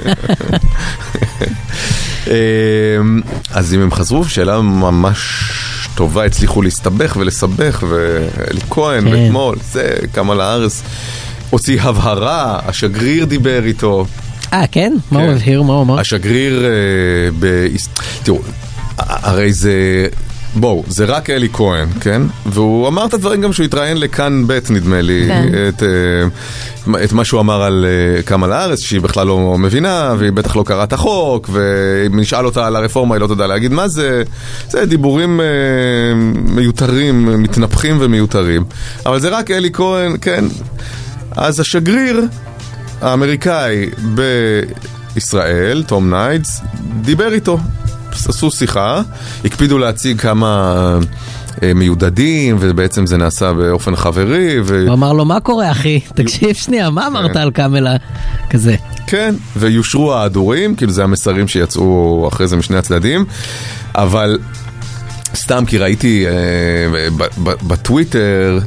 אז אם הם חזרו, שאלה ממש טובה, הצליחו להסתבך ולסבך, ואלי כהן ואתמול, זה כמה לארץ. הוציא הבהרה, השגריר דיבר איתו. כן? מה הוא הבהיר? מה הוא אמר? השגריר תראו, הרי זה... בואו, זה רק אלי כהן, כן? והוא אמר את הדברים גם שהוא התראיין לכאן בית, נדמה לי, את מה שהוא אמר על כמה לארץ, שהיא בכלל לא מבינה, והיא בטח לא קראת החוק, ונשאל אותה על הרפורמה, היא לא תדע להגיד מה זה. זה דיבורים מיותרים, מתנפחים ומיותרים. אבל זה רק אלי כהן, כן? אז השגריר האמריקאי בישראל, תום ניידס, דיבר איתו, עשו שיחה, הקפידו להציג כמה מיודדים, ובעצם זה נעשה באופן חברי. הוא אמר לו, מה קורה אחי? תקשיב שנייה, מה אמרת על קאמלה כזה? כן, ויושרו ההדורים, כאילו זה המסרים שיצאו אחרי זה משני הצדדים, אבל סתם כי ראיתי בטוויטר,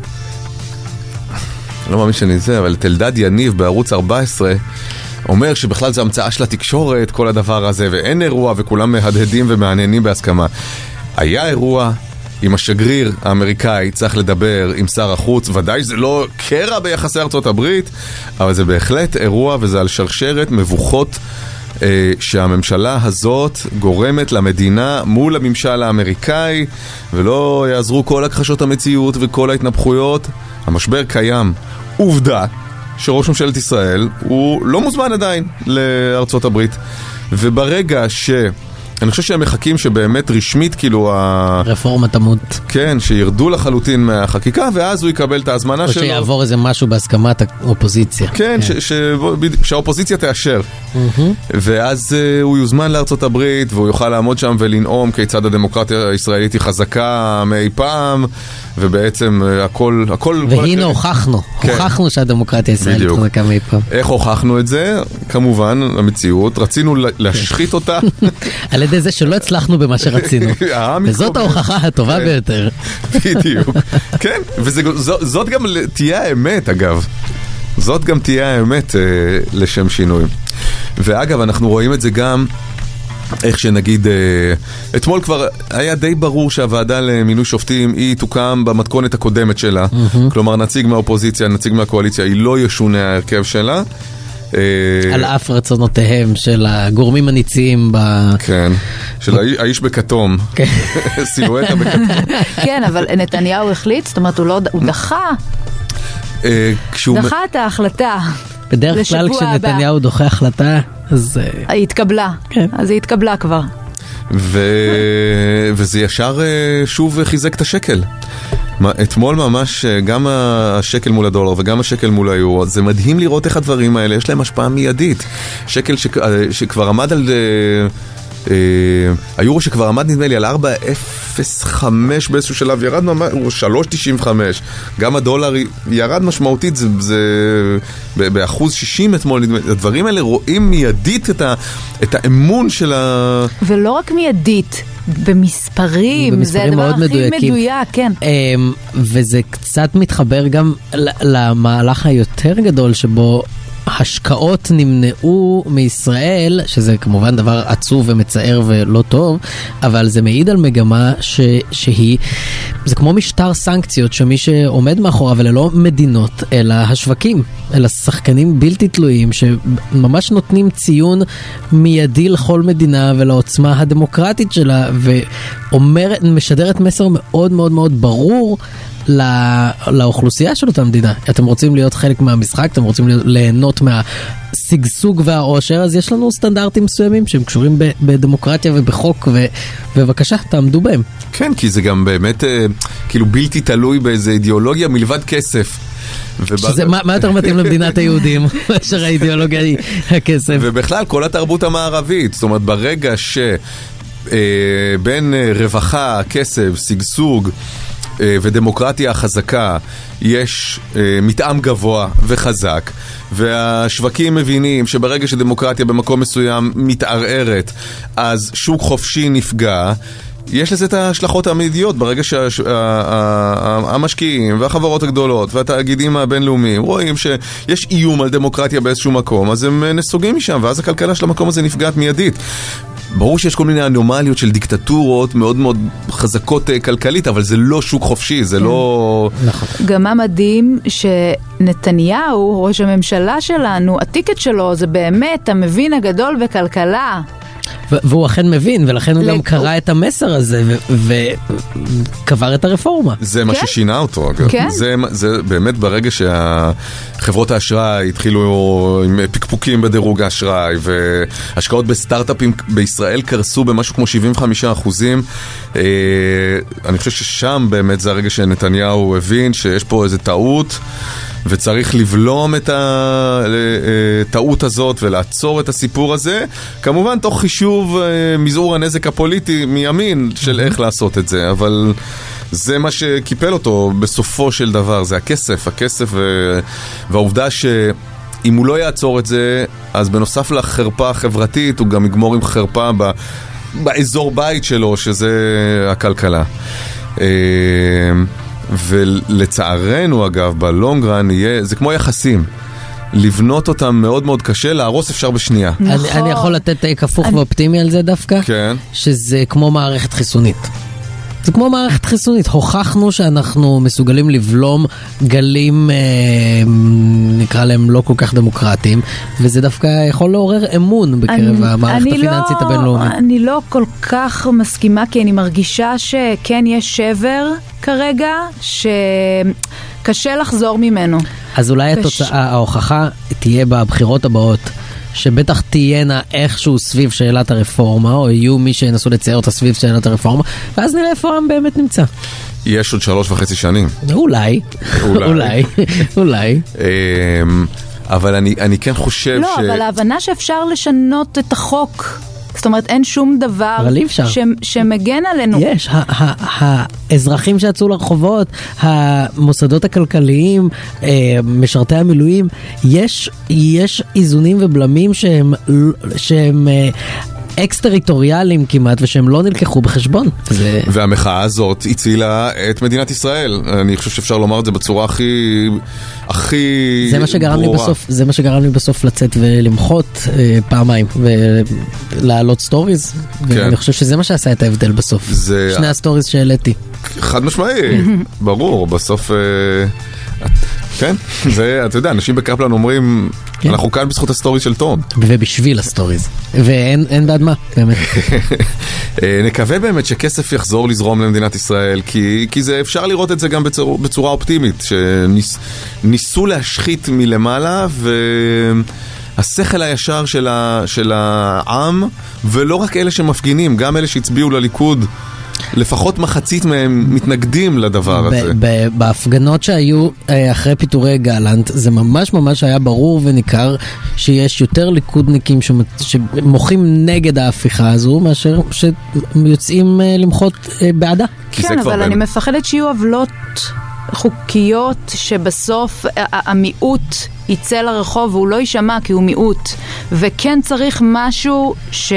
לא מאמין שאני זה, אבל תלדד יניב בערוץ 14 אומר שבכלל זה המצאה של התקשורת, כל הדבר הזה, ואין אירוע, וכולם מהדהדים ומעניינים בהסכמה. היה אירוע, עם השגריר האמריקאי צריך לדבר עם שר החוץ, ודאי זה לא קרע ביחסי ארצות הברית, אבל זה בהחלט אירוע וזה על שרשרת מבוכות שהממשלה הזאת גורמת למדינה מול הממשל האמריקאי, ולא יעזרו כל הכחשות המציאות וכל ההתנפחויות. המשבר קיים. עובדה שראש ממשלת ישראל הוא לא מוזמן עדיין לארצות הברית, וברגע אני חושב שהם מחכים שבאמת רשמית כאילו רפורמה תמות. כן, שירדו לחלוטין מהחקיקה, ואז הוא יקבל את ההזמנה שלו. או שיעבור איזה משהו בהסכמת האופוזיציה. כן, שהאופוזיציה תאשר. ואז הוא יוזמן לארצות הברית, והוא יוכל לעמוד שם ולנאום כיצד הדמוקרטיה הישראלית היא חזקה מאי פעם, ובעצם הכל... והנה הוכחנו שהדמוקרטיה הישראלית חזקה מאי פעם. איך הוכחנו את זה? כמובן, המציאות. רצינו להשחית אותה. על ידי זה שלא הצלחנו במה שרצינו. וזאת ההוכחה הטובה ביותר. בדיוק. כן, וזאת גם תהיה האמת, אגב. זאת גם תהיה האמת לשם שינוי. ואגב, אנחנו רואים את זה גם איך שנגיד, אתמול כבר היה די ברור שהוועדה למינוי שופטים היא תוקם במתכונת הקודמת שלה. כלומר, נציג מהאופוזיציה, נציג מהקואליציה, היא לא ישונה ההרכב שלה. על אף רצונותיהם של הגורמים הניציים כן, של האיש בכתום. סילואטה בכתום. כן, אבל נתניהו החליט, זאת אומרת, הוא דחה את ההחלטה. בדרך כלל כשנתניהו דוחה החלטה, אז... היא התקבלה. אז היא התקבלה כבר. וזה ישר שוב חיזק את השקל. אתמול ממש גם השקל מול הדולר וגם השקל מול היורו, זה מדהים לראות איך הדברים האלה יש להם השפעה מיידית. שקל שכבר עמד על היורו שכבר עמד נדמה לי על 4.05 באיזשהו שלב, ירד 3.95. גם הדולר ירד משמעותית, זה באחוז 60 אתמול. הדברים האלה רואים מיידית את האמון של ולא רק מיידית, במספרים, זה הדבר הכי מדויק, כן. וזה קצת מתחבר גם למהלך היותר גדול שבו השקעות נמנעו מישראל, שזה כמובן דבר עצוב ומצער ולא טוב, אבל זה מעיד על מגמה שהיא, זה כמו משטר סנקציות שמי שעומד מאחורה, וללא מדינות, אלא השווקים, אלא שחקנים בלתי תלויים, שממש נותנים ציון מיידי לכל מדינה ולעוצמה הדמוקרטית שלה, ומשדרת מסר מאוד מאוד מאוד ברור לאוכלוסייה של אותה מדינה. אתם רוצים להיות חלק מהמשחק, אתם רוצים ליהנות מהסגסוג והעושר, אז יש לנו סטנדרטים מסוימים שהם קשורים בדמוקרטיה ובחוק, ובבקשה, תעמדו בהם. כן, כי זה גם באמת כאילו בלתי תלוי באיזה אידיאולוגיה מלבד כסף. מה יותר מתאים למדינת היהודים מאשר האידיאולוגיה היא הכסף? ובכלל, כל התרבות המערבית, זאת אומרת, ברגע שבין רווחה, כסף, סגסוג ודמוקרטיה חזקה יש מטעם גבוה וחזק, והשווקים מבינים שברגע שדמוקרטיה במקום מסוים מתערערת, אז שוק חופשי נפגע, יש לזה את ההשלכות המיידיות. ברגע שהמשקיעים והחברות הגדולות והתאגידים הבינלאומיים רואים שיש איום על דמוקרטיה באיזשהו מקום, אז הם נסוגים משם, ואז הכלכלה של המקום הזה נפגעת מיידית. ברור שיש כל מיני אנומליות של דיקטטורות מאוד מאוד חזקות כלכלית, אבל זה לא שוק חופשי, זה לא... גם מה מדהים שנתניהו, ראש הממשלה שלנו, הטיקט שלו זה באמת המבין הגדול בכלכלה. והוא אכן מבין, ולכן הוא גם קרא את המסר הזה וקבר את הרפורמה. זה מה ששינה אותו, אגב. זה באמת ברגע שהחברות האשראי התחילו עם פקפוקים בדירוג האשראי, והשקעות בסטארט-אפים בישראל קרסו במשהו כמו 75%. אני חושב ששם באמת זה הרגע שנתניהו הבין שיש פה איזו טעות, וצריך לבלום את הטעות הזאת ולעצור את הסיפור הזה, כמובן תוך חישוב מזעור הנזק הפוליטי מימין של איך לעשות את זה, אבל זה מה שקיפל אותו בסופו של דבר, זה הכסף והעובדה שאם הוא לא יעצור את זה, אז בנוסף לחרפה החברתית הוא גם יגמור עם חרפה באזור בית שלו, שזה הכלכלה. ולצערנו אגב בלונגרן זה כמו יחסים, לבנות אותם מאוד מאוד קשה, להרוס אפשר בשנייה. אני יכול לתת תיק הפוך ואופטימי על זה דווקא, שזה כמו מערכת חיסונית. זה כמו מערכת חיסונית, הוכחנו שאנחנו מסוגלים לבלום גלים, נקרא להם לא כל כך דמוקרטיים, וזה דווקא יכול לעורר אמון בקרב המערכת הפיננסית הבינלאומית. אני לא כל כך מסכימה, כי אני מרגישה שכן יש שבר כרגע, שקשה לחזור ממנו. אז אולי ההוכחה תהיה בבחירות הבאות, שבטח תהיינה איכשהו סביב שאלת הרפורמה, או יהיו מי שינסו לצייר אותה סביב שאלת הרפורמה, ואז נראה איפה העם באמת נמצא. יש עוד 3.5 שנים. אולי. אבל אני כן חושב לא, אבל ההבנה שאפשר לשנות את החוק. זאת אומרת, אין שום דבר שמגן עלינו. יש, האזרחים שיצאו לרחובות, המוסדות הכלכליים, משרתי המילואים, יש איזונים ובלמים שהם אקס-טריטוריאליים כמעט, ושהם לא נלקחו בחשבון. והמחאה הזאת הצילה את מדינת ישראל. אני חושב שאפשר לומר את זה בצורה הכי ברורה. זה מה שגרם לי בסוף לצאת ולמחות פעמיים, ולהעלות סטוריז, ואני חושב שזה מה שעשה את ההבדל בסוף. שני הסטוריז שהעליתי. חד משמעי, ברור, בסוף... כן, זה, אתה יודע, אנשים בקפלן אומרים, אנחנו כאן בזכות הסטוריז של תום. ובשביל הסטוריז. ואין בעד מה, באמת. נקווה באמת שכסף יחזור לזרום למדינת ישראל, כי זה אפשר לראות את זה גם בצורה אופטימית, שניסו להשחית מלמעלה, והשכל הישר של העם, ולא רק אלה שמפגינים, גם אלה שהצביעו לליכוד, לפחות מחצית מהם מתנגדים לדבר הזה. בהפגנות שהיו אחרי פיטורי גלנט, זה ממש ממש היה ברור וניכר שיש יותר ליכודניקים שמוחים נגד ההפיכה הזו, מאשר שיוצאים למחות בעדה. כן, אבל אני מפחדת שיהיו עוולות חוקיות שבסוף המיעוט יצא לרחוב והוא לא יישמע כי הוא מיעוט. וכן צריך משהו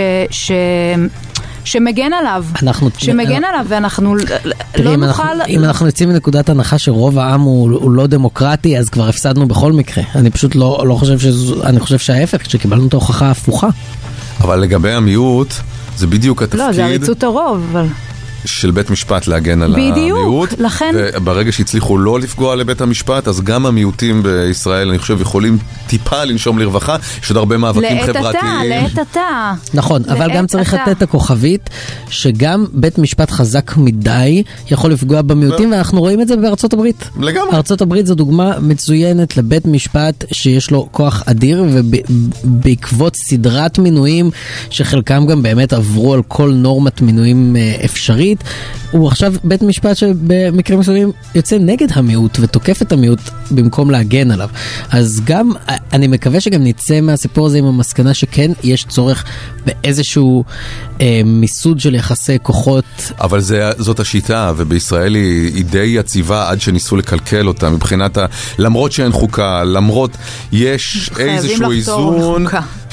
שמגן עליו, ואנחנו לא נוכל... אם אנחנו יוצאים מנקודת הנחה שרוב העם הוא לא דמוקרטי, אז כבר הפסדנו בכל מקרה. אני פשוט לא חושב אני חושב שההפך, שקיבלנו את ההוכחה ההפוכה. אבל לגבי המיעוט, זה בדיוק התפקיד... לא, זה עריצות הרוב, אבל... של בית משפט להגן על המיעוט. לכן... וברגע שהצליחו לא לפגוע לבית המשפט, אז גם המיעוטים בישראל, אני חושב, יכולים טיפה לנשום לרווחה. יש עוד הרבה מאבקים חברתיים. לעת עתה. נכון, אבל גם צריך לתת את הכוכבית, שגם בית משפט חזק מדי יכול לפגוע במיעוטים, ואנחנו רואים את זה בארצות הברית. לגמרי. ארצות הברית זו דוגמה מצוינת לבית משפט שיש לו כוח אדיר, ובעקבות סדרת מינויים, שחלקם גם באמת עברו על כל נורמת מינויים אפשרית, הוא עכשיו בית משפט שבמקרים מסוימים יוצא נגד המיעוט ותוקף את המיעוט במקום להגן עליו. אז גם, אני מקווה שגם נצא מהסיפור הזה עם המסקנה שכן יש צורך באיזשהו מיסוד של יחסי כוחות. אבל זאת השיטה, ובישראל היא די יציבה עד שניסו לקלקל אותה מבחינת למרות שאין חוקה, למרות יש איזשהו איזון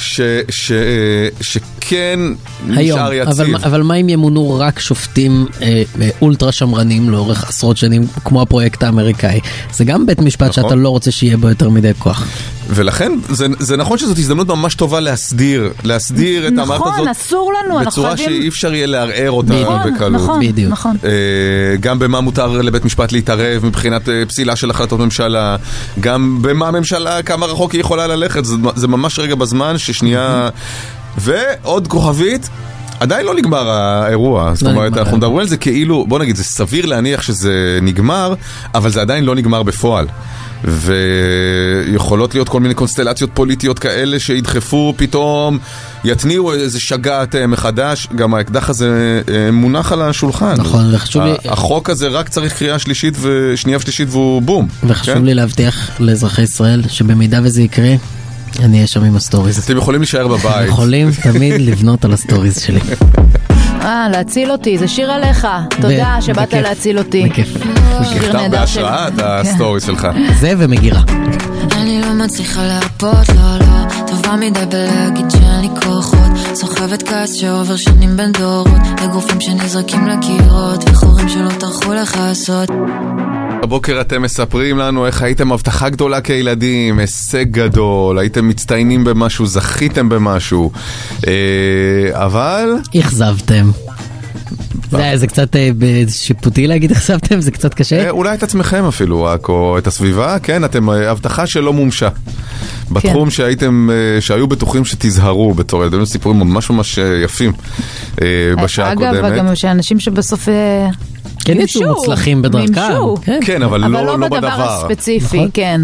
שכן נשאר יציב. אבל מה אם ימונו רק שופטים אולטרה שמרנים לאורך עשרות שנים, כמו הפרויקט האמריקאי? זה גם בית משפט שאתה לא רוצה שיהיה בו יותר מדי כוח. ולכן זה נכון שזאת הזדמנות ממש טובה להסדיר את המערכת הזאת. נכון, אסור לנו. בצורה שאי אפשר יהיה לערער אותה בקלות. נכון. גם במה מותר לבית משפט להתערב מבחינת פסילה של החלטות ממשלה, גם במה הממשלה, כמה רחוק היא יכולה ללכת. זה ממש רגע בזמן ששנייה... ועוד כוכבית, עדיין לא נגמר האירוע. זאת אומרת, אנחנו מדברים על זה כאילו, בוא נגיד, זה סביר להניח שזה נגמר, אבל זה עדיין לא נגמר בפועל. ויכולות להיות כל מיני קונסטלציות פוליטיות כאלה שידחפו פתאום, יתניעו איזה שגעת מחדש. גם האקדח הזה מונח על השולחן. נכון, וחשוב לי... החוק הזה רק צריך קריאה שלישית ושנייה ושלישית והוא בום. וחשוב לי להבטיח לאזרחי ישראל שבמידה וזה יקרה, אני אהיה שם עם הסטוריז. אתם יכולים להישאר בבית. יכולים תמיד לבנות על הסטוריז שלי. להציל אותי, זה שיר עליך. תודה שבאת להציל אותי. בכיף. נכתב בהשראת הסטוריז שלך. זה ומגירה. אני לא מצליחה להרפות, לא טובה מדי בלהגיד שאין לי כוחות, סוחבת כעס שעובר שנים בין דורות, לגופים שנזרקים לקירות וחורים שלא טרחו לחסות. הבוקר אתם מספרים לנו איך הייתם הבטחה גדולה כילדים, הישג גדול, הייתם מצטיינים במשהו, זכיתם במשהו, אבל... אכזבתם. זה קצת שיפוטי להגיד החשבתם? זה קצת קשה? אולי את עצמכם אפילו, או את הסביבה, כן, אתם הבטחה שלא מומשה. בתחום שהיו בטוחים שתזהרו בתור ילדים, סיפורים ממש ממש יפים בשעה הקודמת. אגב, גם שאנשים שבסוף כן יצאו מוצלחים בדרכם. כן, אבל לא בדבר בדבר. הספציפי, כן.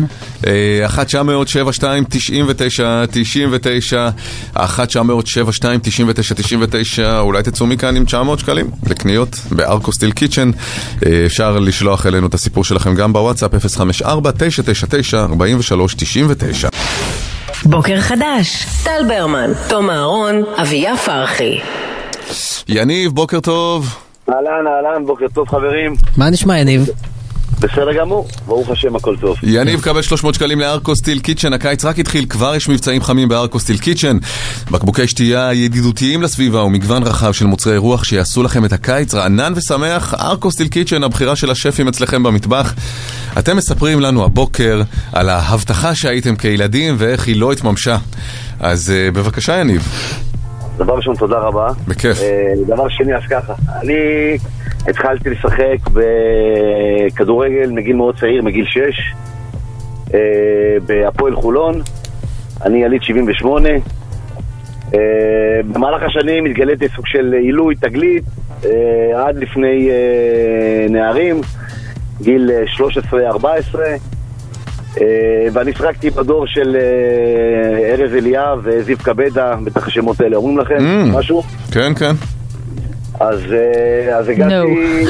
1-900-72-99-99 1-900-72-99-99 אולי תצאו מכאן עם 900 שקלים לקניות בארקוסטיל קיצ'ן. אפשר לשלוח אלינו את הסיפור שלכם גם בוואטסאפ 054-999-4399. בוקר חדש, טל ברמן, תום אהרון, אביה פרחי. יניב, בוקר טוב. אהלן, בוקר טוב חברים. מה נשמע יניב? בסדר גמור, ברוך השם הכל טוב. יניב קבל 300 שקלים לארקוסטיל קיצ'ן, הקיץ רק התחיל, כבר יש מבצעים חמים בארקוסטיל קיצ'ן. בקבוקי שתייה ידידותיים לסביבה ומגוון רחב של מוצרי רוח שיעשו לכם את הקיץ רענן ושמח. ארקוסטיל קיצ'ן, הבחירה של השפים אצלכם במטבח. אתם מספרים לנו הבוקר על ההבטחה שהייתם כילדים ואיך היא לא התממשה. אז בבקשה יניב. דבר ראשון, תודה רבה. בכיף. דבר שני, אז ככה, אני התחלתי לשחק בכדורגל מגיל מאוד צעיר, מגיל 6, בהפועל חולון. אני יליד 78. במהלך השנים התגליתי סוג של עילוי, תגלית, עד לפני נערים, גיל 13-14. ואני שחקתי בדור של ארז אליאב וזיו קבדה, בטח השמות האלה אומרים לכם משהו? כן, כן. אז הגעתי...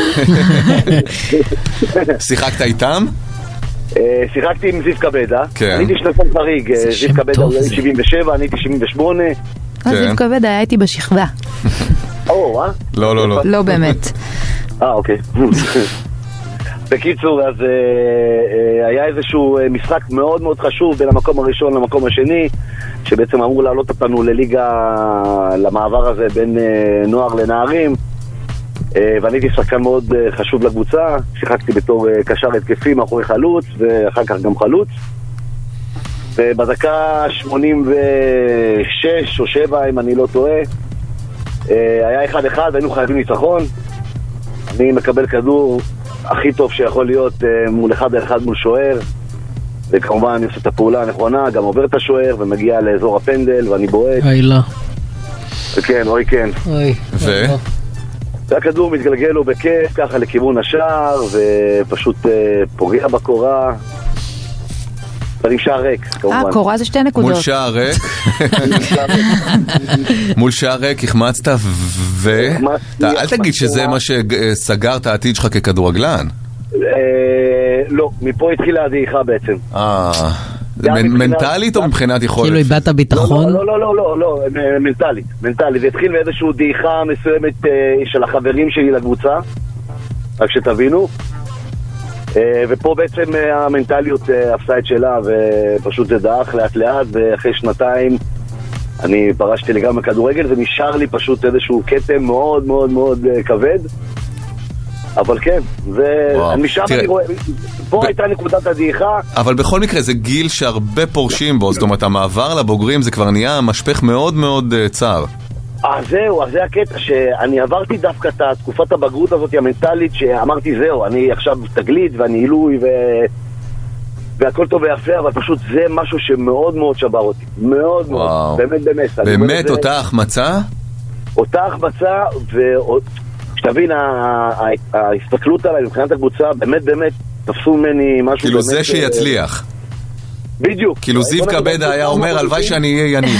שיחקת איתם? שיחקתי עם זיו קבדה. כן. אני הייתי שנתון חריג, זיו קבדה הוא 77, אני הייתי 78. זיו קבדה היה איתי בשכבה. לא. לא באמת. אוקיי. בקיצור, אז היה איזשהו משחק מאוד מאוד חשוב בין המקום הראשון למקום השני, שבעצם אמור לעלות אותנו לליגה, למעבר הזה בין נוער לנערים, ואני הייתי שחקן מאוד חשוב לקבוצה. שיחקתי בתור קשר התקפי מאחורי חלוץ ואחר כך גם חלוץ, ובדקה 86 או 7 אם אני לא טועה היה 1-1 והיינו חייבים ניצחון. אני מקבל כדור הכי טוב שיכול להיות מול 1-1 מול שוער, וכמובן אני עושה את הפעולה הנכונה, גם עובר את השוער ומגיע לאזור הפנדל ואני בועט. אוי לא. כן, אוי כן. והכדור מתגלגל לו בכיף ככה לכיוון השער ופשוט פוגע בקורה ואני שער ריק כמובן. קורה זה 2 נקודות. מול שער ריק? מול שער ריק החמצת אל תגיד שזה מה שסגר את העתיד שלך ככדורגלן. לא, מפה התחילה הדעיכה בעצם. מנטלית או מבחינת יכולת? כאילו איבדת ביטחון? לא, מנטלית. זה התחיל מאיזושהי דעיכה מסוימת של החברים שלי לקבוצה, רק שתבינו. ופה בעצם המנטליות עפשה את שלה, ופשוט זה דאח לאט לאט, ואחרי 2 אני פרשתי לגמרי כדורגל, ונשאר לי פשוט איזשהו קטם מאוד מאוד מאוד כבד. אבל כן, ומשם אני רואה, פה הייתה נקודת הדעיכה. אבל בכל מקרה זה גיל שהרבה פורשים בו, זאת אומרת המעבר לבוגרים זה כבר נהיה משפך מאוד מאוד צר. זהו, אז זה הקטע שאני עברתי דווקא את תקופת הבגרות הזאת המנטלית, שאמרתי זהו, אני עכשיו תגלית ואני עילוי והכל טוב ויפה, אבל פשוט זה משהו שמאוד מאוד שבר אותי, מאוד מאוד, באמת אותה החמצה? אותה החמצה, שתבין, ההסתכלות עליי מבחינת הקבוצה, באמת תפסו ממני משהו כאילו זה שיצליח. בדיוק. כאילו זיו קבדה היה אומר, הלוואי שאני אהיה יניב.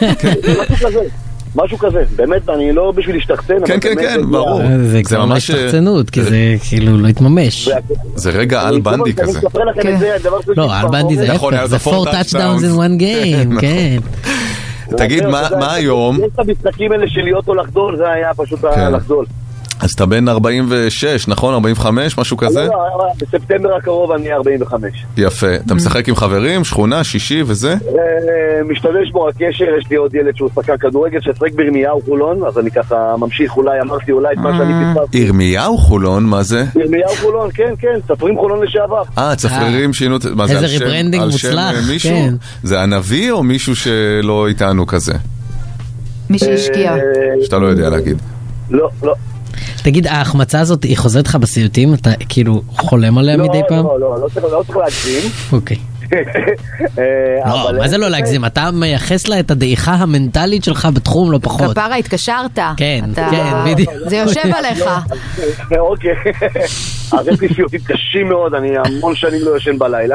משהו כזה, באמת, אני לא בשביל להשתחצן. כן, ברור. זה כבר ממש השתחצנות, כי זה כאילו לא התממש. זה רגע על בנדי כזה. אני אספר לכם את זה, לא, על בנדי זה הפך, זה 4 touchdowns in one game, כן. תגיד, מה היום? יש את המשחקים האלה של להיות או לחדול, זה היה פשוט לחדול. אז אתה בן 46, נכון? 45, משהו כזה? לא, בספטמבר הקרוב אני 45. יפה. אתה משחק עם חברים, שכונה, שישי וזה? משתמש בו הקשר, יש לי עוד ילד שהוא שחקן כדורגל ששחק בירמיהו חולון, אז אני ככה ממשיך, אמרתי אולי את מה שאני פספסתי. ירמיהו חולון, מה זה? ירמיהו חולון, כן, צפרים חולון לשעבר. צפרירים שינו, מה זה? איזה ריברנדינג מוצלח, כן. זה הנביא או מישהו שלא איתנו כזה? מי שהשקיע. שאתה לא יודע להגיד. לא. תגיד, ההחמצה הזאת היא חוזרת לך בסיוטים? אתה כאילו חולם עליה מדי פעם? לא צריך להגזים. אוקיי. לא, מה זה לא להגזים? אתה מייחס לה את הדעיכה המנטלית שלך בתחום לא פחות. כפרה, התקשרת. כן, כן, בדיוק. זה יושב עליך. אוקיי. אז יש לי סיוטים קשים מאוד, אני המון שנים לא ישן בלילה.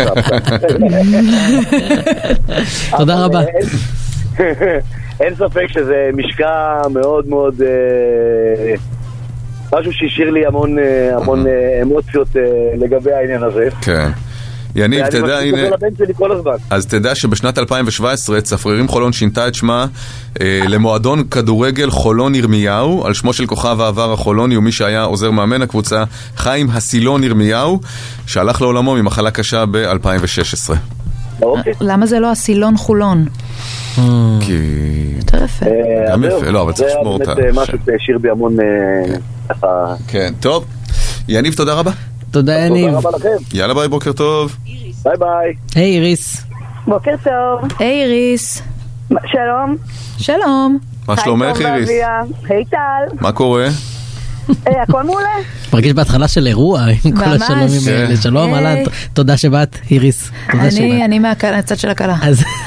תודה רבה. אין ספק שזה משקע מאוד מאוד, משהו שהשאיר לי המון אמוציות לגבי העניין הזה. כן. יניב, תדע, הנה, אז תדע שבשנת 2017 צפרירים חולון שינתה את שמה למועדון כדורגל חולון ירמיהו, על שמו של כוכב העבר החולוני ומי שהיה עוזר מאמן הקבוצה, חיים הסילון ירמיהו, שהלך לעולמו ממחלה קשה ב-2016. למה זה לא הסילון חולון? כי... יותר יפה. גם יפה, לא, אבל צריך לשמור אותה. זה באמת משהו שהשאיר בי המון... כן, טוב. יניב, תודה רבה. תודה יניב. תודה רבה לכם. יאללה ביי, בוקר טוב. ביי ביי. היי איריס. בוקר טוב. היי איריס. שלום. שלום. מה שלומך איריס? היי טל. מה קורה? הכל מעולה. מרגיש בהתחלה של אירוע עם כל השלומים האלה. שלום, אהלן, תודה שבאת איריס. אני מהצד של הקלה.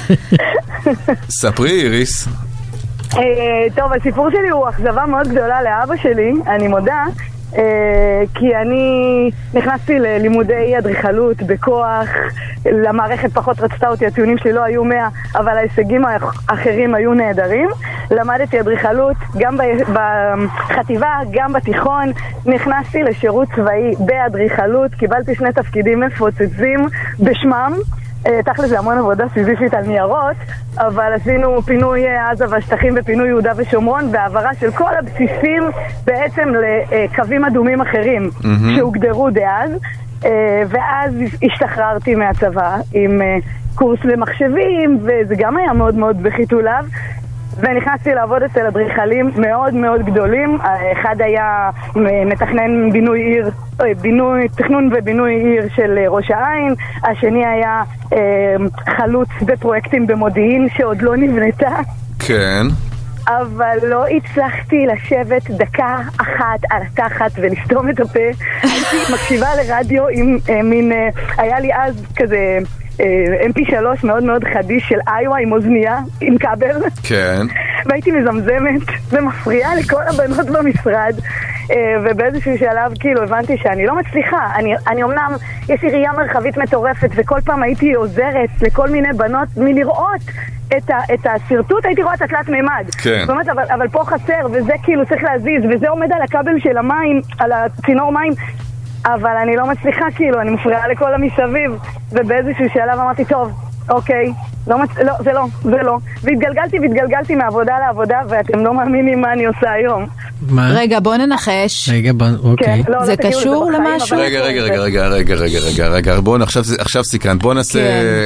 ספרי איריס. טוב, הסיפור שלי הוא אכזבה מאוד גדולה לאבא שלי, אני מודה, כי אני נכנסתי ללימודי אדריכלות בכוח, למערכת פחות רצתה אותי, הציונים שלי לא היו 100, אבל ההישגים האחרים היו נהדרים. למדתי אדריכלות גם בחטיבה, גם בתיכון, נכנסתי לשירות צבאי באדריכלות, קיבלתי 2 תפקידים מפוצצים בשמם, תכל'ס זה המון עבודה סיזיפית על ניירות, אבל עשינו פינוי עזה והשטחים ופינוי יהודה ושומרון והעברה של כל הבסיסים בעצם לקווים אדומים אחרים שהוגדרו דאז, ואז השתחררתי מהצבא עם קורס למחשבים, וזה גם היה מאוד מאוד בחיתוליו, ונכנסתי לעבוד אצל אדריכלים מאוד מאוד גדולים. אחד היה מתכנן בינוי עיר, תכנון ובינוי עיר של ראש העין, השני היה חלוץ בפרויקטים במודיעין שעוד לא נבנתה. כן. אבל לא הצלחתי לשבת דקה אחת על התחת ולסתום את הפה. הייתי מקשיבה לרדיו עם מין, היה לי אז כזה MP3 מאוד מאוד חדיש של איווה עם אוזנייה, עם כבל. כן. והייתי מזמזמת ומפריעה לכל הבנות במשרד, ובאיזשהו שלב כאילו הבנתי שאני לא מצליחה. אני אמנם, יש לי ראייה מרחבית מטורפת, וכל פעם הייתי עוזרת לכל מיני בנות מלראות את הסרטוט, הייתי רואה את התלת מימד. כן. באמת, אבל פה חסר, וזה כאילו צריך להזיז, וזה עומד על הכבל של המים, על הצינור מים, אבל אני לא מצליחה, כאילו, אני מפריעה לכל המסביב, ובאיזשהו שלב אמרתי, טוב, אוקיי, זה לא. והתגלגלתי מעבודה לעבודה, ואתם לא מאמינים מה אני עושה היום. מה? רגע, בוא ננחש. רגע, אוקיי. כן, זה קשור למשהו? רגע, בואו, עכשיו סיכנת, בואו נעשה...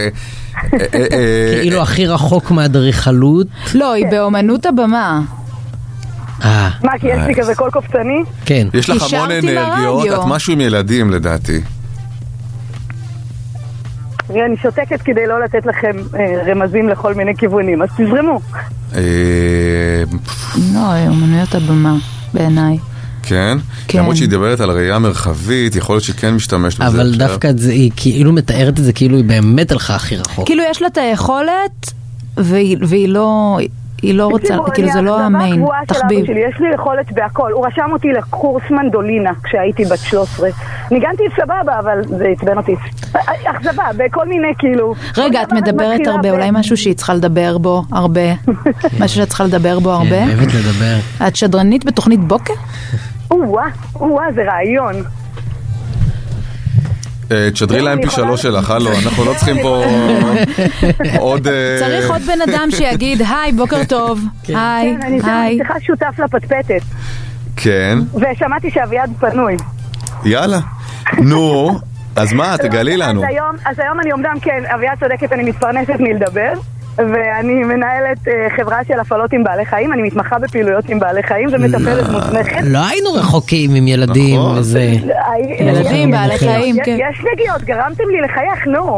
כאילו הכי רחוק מהאדריכלות. לא, היא באומנות הבמה. מה, כי יש לי כזה קול קופצני? כן. יש לך המון אנרגיות, את משהו עם ילדים לדעתי. אני שותקת כדי לא לתת לכם רמזים לכל מיני כיוונים, אז תזרמו. לא, אומנויות הבמה, בעיניי. כן? למרות שהיא מדברת על ראייה מרחבית, יכול להיות שכן משתמשת בזה. אבל דווקא היא כאילו מתארת את זה כאילו היא באמת הלכה הכי רחוק. כאילו יש לה את היכולת, והיא לא... היא לא רוצה, כאילו זה לא המיין, תחביב. יש לי יכולת בהכל. הוא רשם אותי לקורס מנדולינה כשהייתי בת 13. ניגנתי סבבה, אבל זה עצבן אותי. אכזבה, בכל מיני כאילו... רגע, את מדברת הרבה, אולי משהו שהיא צריכה לדבר בו הרבה. משהו שאת צריכה לדבר בו הרבה. כן, אוהבת לדבר. את שדרנית בתוכנית בוקר? זה רעיון. תשדרי להם פי 3 שלך, הלו, אנחנו לא צריכים פה עוד... צריך עוד בן אדם שיגיד, היי, בוקר טוב, היי, אני צריכה שותף לפטפטת. כן. ושמעתי שאביעד פנוי. יאללה. נו, אז מה, תגלי לנו. אז היום אני אומנם, כן, אביעד צודקת, אני מתפרנסת מלדבר, ואני מנהלת חברה של הפעלות עם בעלי חיים, אני מתמחה בפעילויות עם בעלי חיים ומטפלת מוסמכת. לא היינו רחוקים עם ילדים וזה. ילדים, בעלי חיים, כן. יש נגיעות, גרמתם לי לחייך, נו.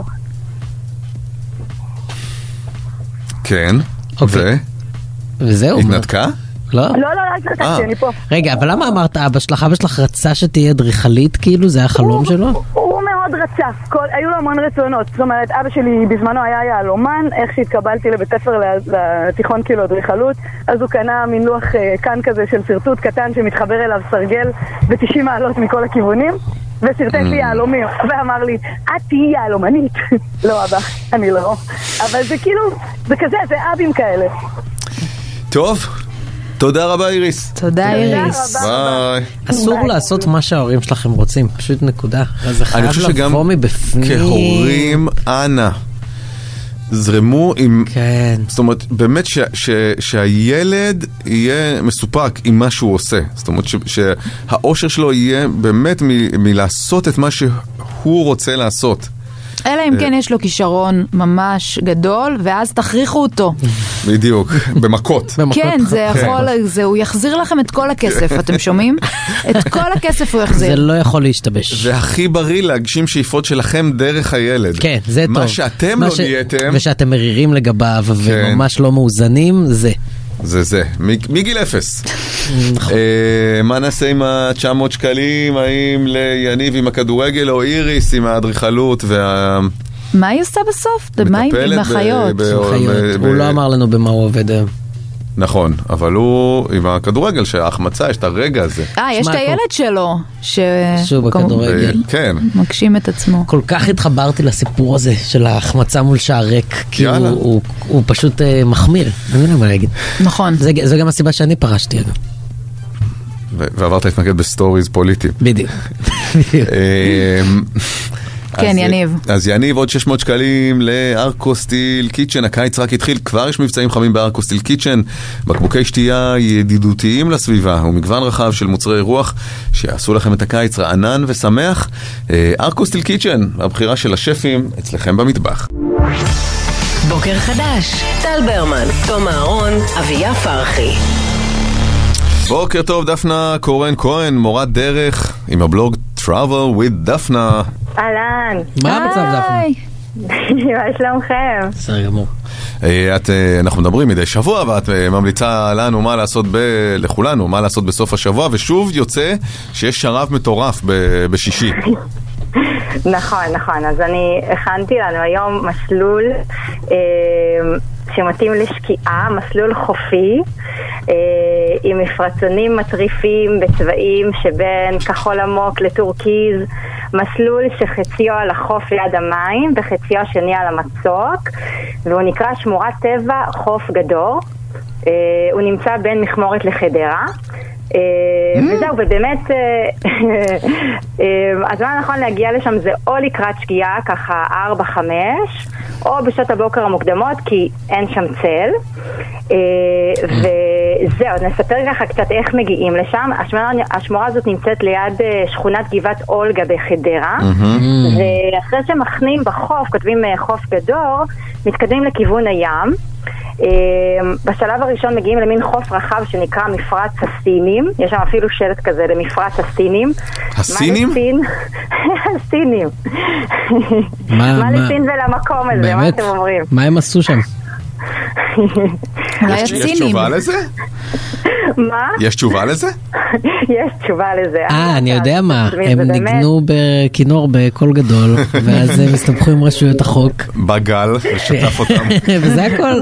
כן, וזהו. התנתקה? לא? לא, התרחקתי, אני פה. רגע, אבל למה אמרת אבא שלך רצה שתהיה אדריכלית, כאילו? זה החלום שלו? הוא מאוד רצה, היו לו המון רצונות. זאת אומרת, אבא שלי בזמנו היה יהלומן, איך שהתקבלתי לבית ספר לתיכון כאילו אדריכלות, אז הוא קנה מין לוח כאן כזה של שרטוט קטן שמתחבר אליו סרגל ב-90 מעלות מכל הכיוונים, ושרטט לי יהלומים, ואמר לי, את תהיי יהלומנית. לא אבא, אני לא. אבל זה כאילו, זה כזה, זה אבים כאלה. טוב, תודה רבה איריס. תודה איריס. ביי. אסור לעשות מה שההורים שלכם רוצים, פשוט נקודה. זה חייב לבוא מבפנים. כהורים, אנא, זרמו עם... כן. זאת אומרת, באמת שהילד יהיה מסופק עם מה שהוא עושה. זאת אומרת, שהאושר שלו יהיה באמת מלעשות את מה שהוא רוצה לעשות. אלא אם כן יש לו כישרון ממש גדול, ואז תכריחו אותו. בדיוק, במכות. כן, זה יכול, הוא יחזיר לכם את כל הכסף, אתם שומעים? את כל הכסף הוא יחזיר. זה לא יכול להשתבש. והכי בריא להגשים שאיפות שלכם דרך הילד. כן, זה טוב. מה שאתם לא נהייתם. ושאתם מרירים לגביו וממש לא מאוזנים, זה. זה, מגיל 0. מה נעשה עם ה-900 שקלים? האם ליניב עם הכדורגל או איריס עם האדריכלות מה היא עושה בסוף? מה עם החיות? הוא לא אמר לנו במה הוא עובד. נכון, אבל הוא עם הכדורגל שההחמצה, יש את הרגע הזה. יש את הילד שלו שהוא בכדורגל. כן. מגשים את עצמו. כל כך התחברתי לסיפור הזה של ההחמצה מול שער ריק, כי הוא פשוט מחמיר. אני לא יודע מה להגיד. נכון. זה גם הסיבה שאני פרשתי אגב. ועברת להתמקד בסטוריז פוליטיים. בדיוק. כן, יניב. אז יניב עוד 600 שקלים לארקוסטיל קיצ'ן. הקיץ רק התחיל, כבר יש מבצעים חמים בארקוסטיל קיצ'ן. בקבוקי שתייה ידידותיים לסביבה ומגוון רחב של מוצרי רוח שיעשו לכם את הקיץ רענן ושמח. ארקוסטיל קיצ'ן, הבחירה של השפים אצלכם במטבח. בוקר חדש, טל ברמן, תום אהרון, אביה פרחי. בוקר טוב, דפנה קורן כהן, מורת דרך עם הבלוג Travel with דפנה. אהלן. מה המצב דפנה? מה שלומכם? בסדר גמור. אנחנו מדברים מדי שבוע ואת ממליצה לנו מה לעשות לכולנו, מה לעשות בסוף השבוע, ושוב יוצא שיש שרב מטורף בשישי. נכון, אז אני הכנתי לנו היום מסלול שמתאים לשקיעה, מסלול חופי עם מפרצונים מטריפים בצבעים שבין כחול עמוק לטורקיז, מסלול שחציו על החוף ליד המים וחציו השני על המצוק, והוא נקרא שמורת טבע חוף גדור. הוא נמצא בין מכמורת לחדרה. וזהו, ובאמת הזמן הנכון להגיע לשם זה או לקראת שקיעה, ככה 4-5, או בשעות הבוקר המוקדמות, כי אין שם צל. וזהו, נספר ככה קצת איך מגיעים לשם. השמורה הזאת נמצאת ליד שכונת גבעת אולגה בחדרה, ואחרי שמכנים בחוף, כותבים חוף גדור, מתקדמים לכיוון הים. בשלב הראשון מגיעים למין חוף רחב שנקרא מפרץ הסינים. יש שם אפילו שלט כזה למפרץ הסינים. הסינים? הסינים. מה לסין ולמקום הזה? מה אתם אומרים? מה הם עשו שם? יש תשובה לזה? מה? יש תשובה לזה? יש תשובה לזה. אני יודע מה, הם ניגנו בכינור בקול גדול, ואז הם הסתבכו עם רשויות החוק. בגל, ושטף אותם. וזה הכל.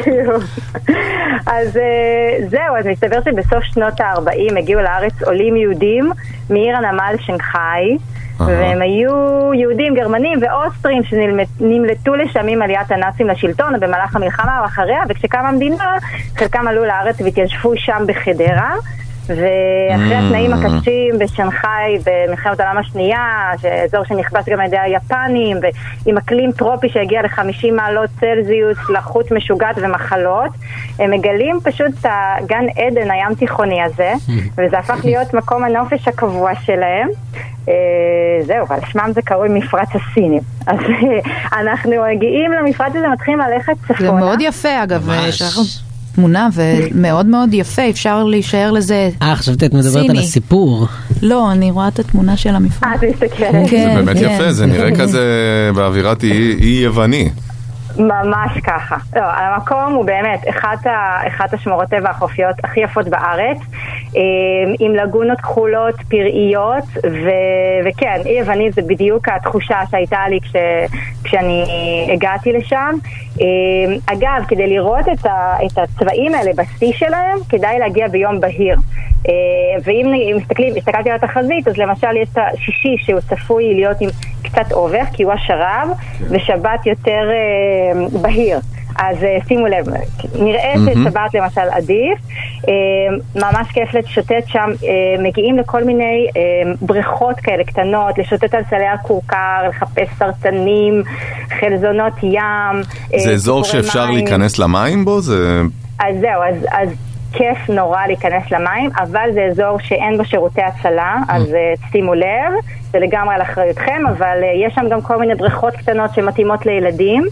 אז זהו, אז מסתבר שבסוף שנות ה-40 הגיעו לארץ עולים יהודים מעיר הנמל שנגחאי, והם היו יהודים, גרמנים ואוסטרים שנמלטו לשם עם עליית הנאצים לשלטון במהלך המלחמה ואחריה, וכשקמה המדינה חלקם עלו לארץ והתיישבו שם בחדרה, ואחרי התנאים הקשים בשנגחאי במלחמת העולם השנייה, אזור שנכבש גם על ידי היפנים, ועם אקלים טרופי שהגיע ל50 מעלות צלזיוס, לחות משוגעת ומחלות, הם מגלים פשוט את הגן עדן הים תיכוני הזה, וזה הפך להיות מקום הנופש הקבוע שלהם. זהו, אבל שמם זה קרוי מפרץ הסינים. אז אנחנו מגיעים למפרץ הזה, מתחילים ללכת צפונה. זה מאוד יפה אגב, שאנחנו תמונה ומאוד מאוד יפה, אפשר להישאר לזה סיני. חשבתי את מדברת על הסיפור. לא, אני רואה את התמונה של המפרץ. תסתכל. זה באמת יפה, זה נראה כזה באווירת אי יווני. ממש ככה. לא, המקום הוא באמת אחת השמורות טבע החופיות הכי יפות בארץ, עם לגונות כחולות, פראיות, וכן, אי יווני זה בדיוק התחושה שהייתה לי כשאני הגעתי לשם. אגב, כדי לראות את הצבעים האלה בשיא שלהם, כדאי להגיע ביום בהיר. ואם הסתכלתי על התחזית, אז למשל יש את השישי שהוא צפוי להיות עם קצת אובך, כי הוא השרב, ושבת יותר בהיר. אז שימו לב, נראה ששבת למשל עדיף, ממש כיף לשוטט שם, מגיעים לכל מיני בריכות כאלה קטנות, לשוטט על סלי הכורכר, לחפש סרטנים, חלזונות ים. זה אזור שאפשר להיכנס למים בו? אז זהו, אז כיף נורא להיכנס למים, אבל זה אזור שאין בו שירותי הצלה, אז שימו לב, זה לגמרי על אחריותכם, אבל יש שם גם כל מיני בריכות קטנות שמתאימות לילדים.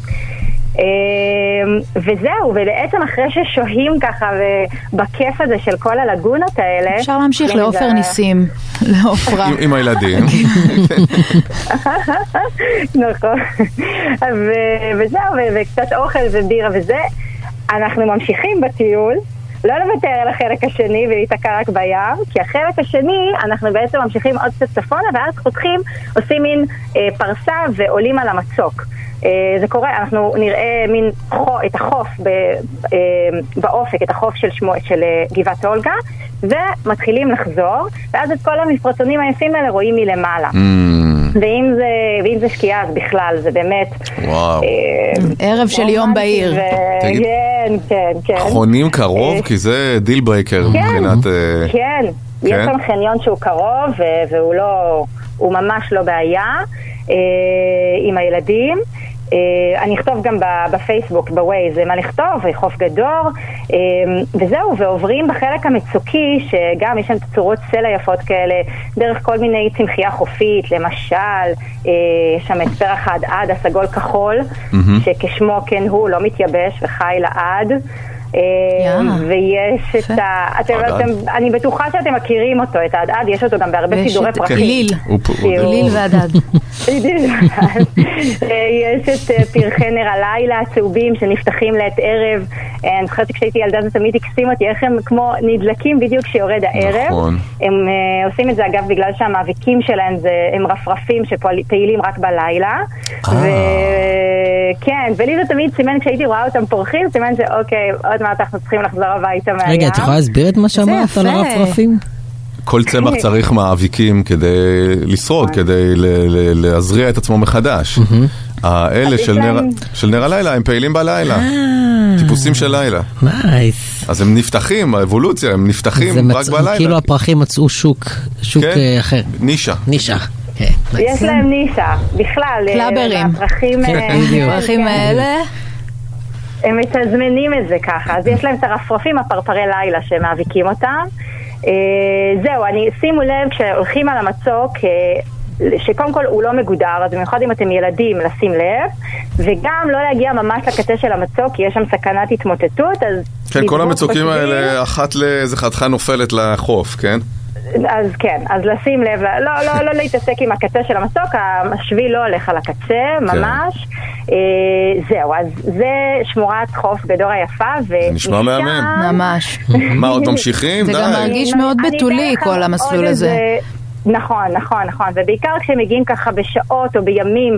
וזהו, ובעצם אחרי ששוהים ככה בכיף הזה של כל הלגונות האלה, אפשר להמשיך לעופר ניסים, לעופרה עם הילדים. נכון. וזהו, וקצת אוכל ובירה וזה, אנחנו ממשיכים בטיול, לא לוותר על החלק השני ולהתעקע רק בים, כי החלק השני אנחנו בעצם ממשיכים עוד קצת צפונה, ואז חותכים, עושים מין פרסה ועולים על המצוק. זה קורה, אנחנו נראה מין את החוף באופק, את החוף של גבעת אולגה, ומתחילים לחזור, ואז את כל המפרצונים היפים האלה רואים מלמעלה. ואם זה שקיעה, אז בכלל, זה באמת ערב של יום בהיר. כן. חונים קרוב, כי זה דיל ברייקר מבחינת... כן, יש שם חניון שהוא קרוב, והוא ממש לא בעיה עם הילדים. אני אכתוב גם בפייסבוק, בווייז, מה לכתוב, חוף גדור, וזהו, ועוברים בחלק המצוקי, שגם יש שם צורות סלע יפות כאלה, דרך כל מיני צמחייה חופית, למשל, יש שם את פרח העד, הסגול כחול, שכשמו כן הוא, לא מתייבש וחי לעד, ויש את אני בטוחה שאתם מכירים אותו, את העד, יש אותו גם בהרבה סידורי פרחים. ליל ועדד. יש את פרחי נר הלילה הצהובים שנפתחים לעת ערב. אני חושבת שכשהייתי ילדה זה תמיד הקסים אותי איך הם כמו נדלקים בדיוק כשיורד הערב. הם עושים את זה אגב בגלל שהמאביקים שלהם הם רפרפים שפעילים רק בלילה. וכן, ולי זה תמיד סימן כשהייתי רואה אותם פורחים, סימן שאוקיי, עוד מעט אנחנו צריכים לחזור הביתה מהים. רגע, את יכולה להסביר את מה שאמרת על הרפרפים? כל צמח צריך מאביקים כדי לשרוד, כדי להזריע את עצמו מחדש. האלה של נר הלילה, הם פעילים בלילה. טיפוסים של לילה. נייס. אז הם נפתחים, האבולוציה, הם נפתחים רק בלילה. כאילו הפרחים מצאו שוק אחר. נישה. יש להם נישה, בכלל. קלאברים. הפרחים האלה. הם מתזמנים את זה ככה, אז יש להם את הרפרפים, הפרפרי לילה שמאביקים אותם. זהו, שימו לב כשהולכים על המצוק, שקודם כל הוא לא מגודר, אז במיוחד אם אתם ילדים לשים לב, וגם לא להגיע ממש לקצה של המצוק, כי יש שם סכנת התמוטטות, אז... כן, כל המצוקים האלה, אחת לאיזה חתיכה נופלת לחוף, כן? אז כן, אז לשים לב, לא להתעסק עם הקצה של המסוק, השביל לא הולך על הקצה, ממש. זהו, אז זה שמורת חוף גדור היפה, זה נשמע מאמן. ממש. מה, עוד ממשיכים? זה גם מרגיש מאוד בתולי כל המסלול הזה. נכון, ובעיקר כשמגיעים ככה בשעות או בימים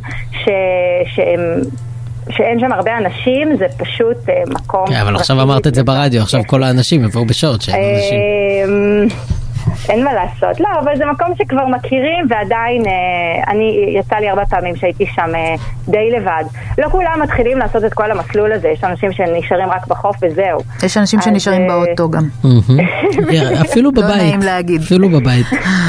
שאין שם הרבה אנשים, זה פשוט מקום... כן, אבל עכשיו אמרת את זה ברדיו, עכשיו כל האנשים יבואו בשעות שאין אנשים. אין מה לעשות, לא, אבל זה מקום שכבר מכירים, ועדיין יצא לי הרבה פעמים שהייתי שם די לבד. לא כולם מתחילים לעשות את כל המסלול הזה, יש אנשים שנשארים רק בחוף וזהו. יש אנשים שנשארים באוטו גם. אפילו בבית. לא נעים להגיד. אפילו בבית.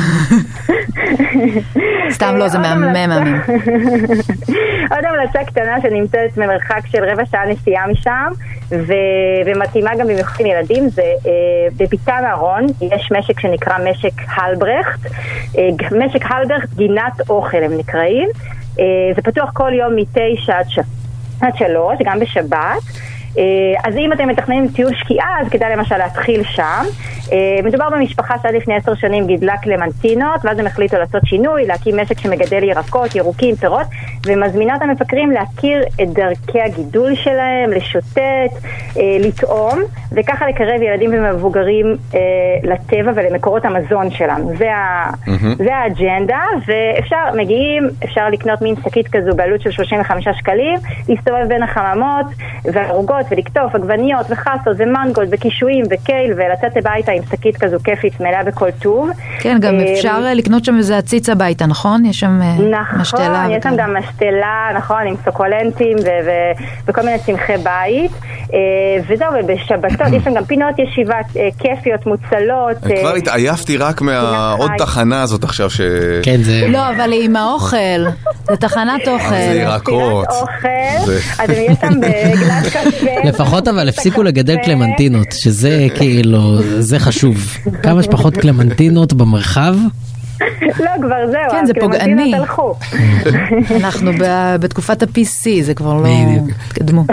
סתם לא, זה מהמם. עוד המלצה קטנה שנמצאת ממרחק של רבע שעה נסיעה משם, ומתאימה גם במיוחד עם ילדים, זה בביתן אהרון, יש משק שנקרא משק הלברכט, משק הלברכט גינת אוכל הם נקראים, זה פתוח כל יום מ-9 עד 3, גם בשבת, אז אם אתם מתכננים טיול שקיעה, אז כדאי למשל להתחיל שם. מדובר במשפחה שעד לפני 10 שנים גידלה קלמנטינות, ואז הם החליטו לעשות שינוי, להקים משק שמגדל ירקות, ירוקים, פירות, ומזמינה את המפקרים להכיר את דרכי הגידול שלהם, לשוטט, לטעום, וככה לקרב ילדים ומבוגרים לטבע ולמקורות המזון שלנו. זה האג'נדה, אפשר לקנות מין שקית כזו בעלות של 35 שקלים, להסתובב בין החממות והערוגות ולקטוף עגבניות וחסות ומנגות וקישואים וקייל ולצאת הביתה עם שקית כזו כיפית מלאה בכל טוב. כן, גם אפשר לקנות שם איזה עציץ הביתה, נכון? יש שם משתלה. נכון, יש שם גם משתלה, נכון, עם סוקולנטים וכל מיני צמחי בית. וזהו, ובשבתות יש שם גם פינות ישיבה כיפיות, מוצלות. כבר התעייפתי רק מהעוד תחנה הזאת עכשיו ש... כן, זה... לא, אבל היא עם האוכל. זה תחנת אוכל. זה ירקות. אז הם יהיה שם בגלס קפה. לפחות אבל הפסיקו לגדל קלמנטינות, שזה כאילו, זה חשוב. כמה שפחות קלמנטינות במרחב. לא, כבר זהו. כן, זה פוגעני. אנחנו בתקופת ה-PC, זה כבר לא התקדמו.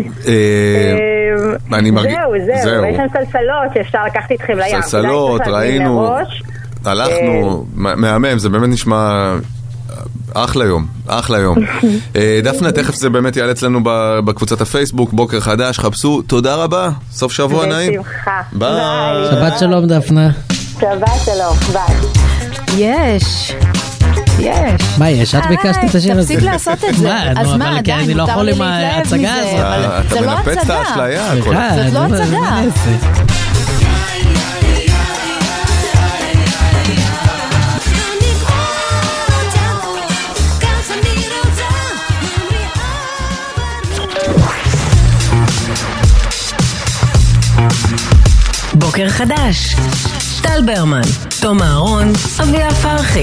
זהו. יש שם סלסלות שאפשר לקחת איתכם לים. סלסלות, ראינו, הלכנו, מהמם, זה באמת נשמע... אחלה יום. דפנה, תכף זה באמת יעלה אצלנו בקבוצת הפייסבוק, בוקר חדש, חפשו, תודה רבה, סוף שבוע נעים. בשמחה. ביי. שבת שלום דפנה. שבת שלום, ביי. יש. מה יש? את ביקשת את השיר הזה. תפסיק לעשות את זה. אז מה, אבל אני לא יכול עם ההצגה הזאת. זה לא אתה מנפץ את האשליה. זאת לא הצגה. בוקר חדש, טל ברמן, תום אהרון, אביה פרחי.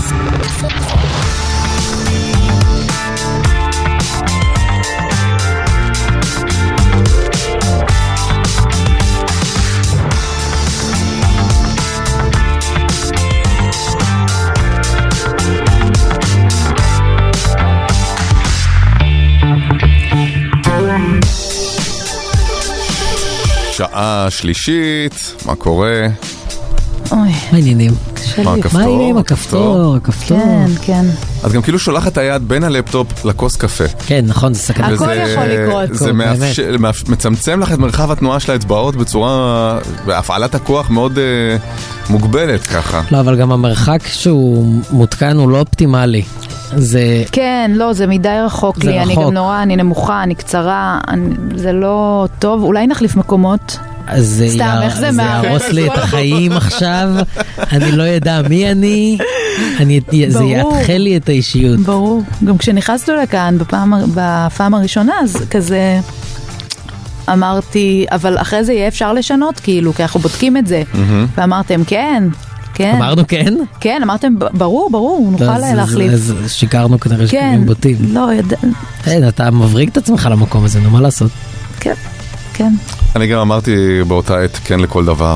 שעה שלישית, מה קורה? אוי, מה העניינים? מה הכפתור? מה העניינים? הכפתור. כן. את גם כאילו שולחת את היד בין הלפטופ לכוס קפה. כן, נכון, זה סכנה. הכל יכול לקרות. זה מצמצם לך את מרחב התנועה של האצבעות בצורה, והפעלת הכוח מאוד מוגבלת ככה. לא, אבל גם המרחק שהוא מותקן הוא לא אופטימלי. זה... כן, לא, זה מדי רחוק לי, אני גם נורא, אני נמוכה, אני קצרה, זה לא טוב, אולי נחליף מקומות. אז זה יהרוס לי את החיים עכשיו, אני לא יודע מי אני, זה יתחל לי את האישיות. ברור, גם כשנכנסנו לכאן בפעם הראשונה, אז כזה אמרתי, אבל אחרי זה יהיה אפשר לשנות, כאילו, כי אנחנו בודקים את זה, ואמרתם כן. אמרנו כן? כן, אמרתם ברור, נוכל להחליף. אז שיקרנו כנראה שקרים בוטים. לא, אתה מבריק את עצמך למקום הזה, נו מה לעשות? כן. אני גם אמרתי באותה עת כן לכל דבר.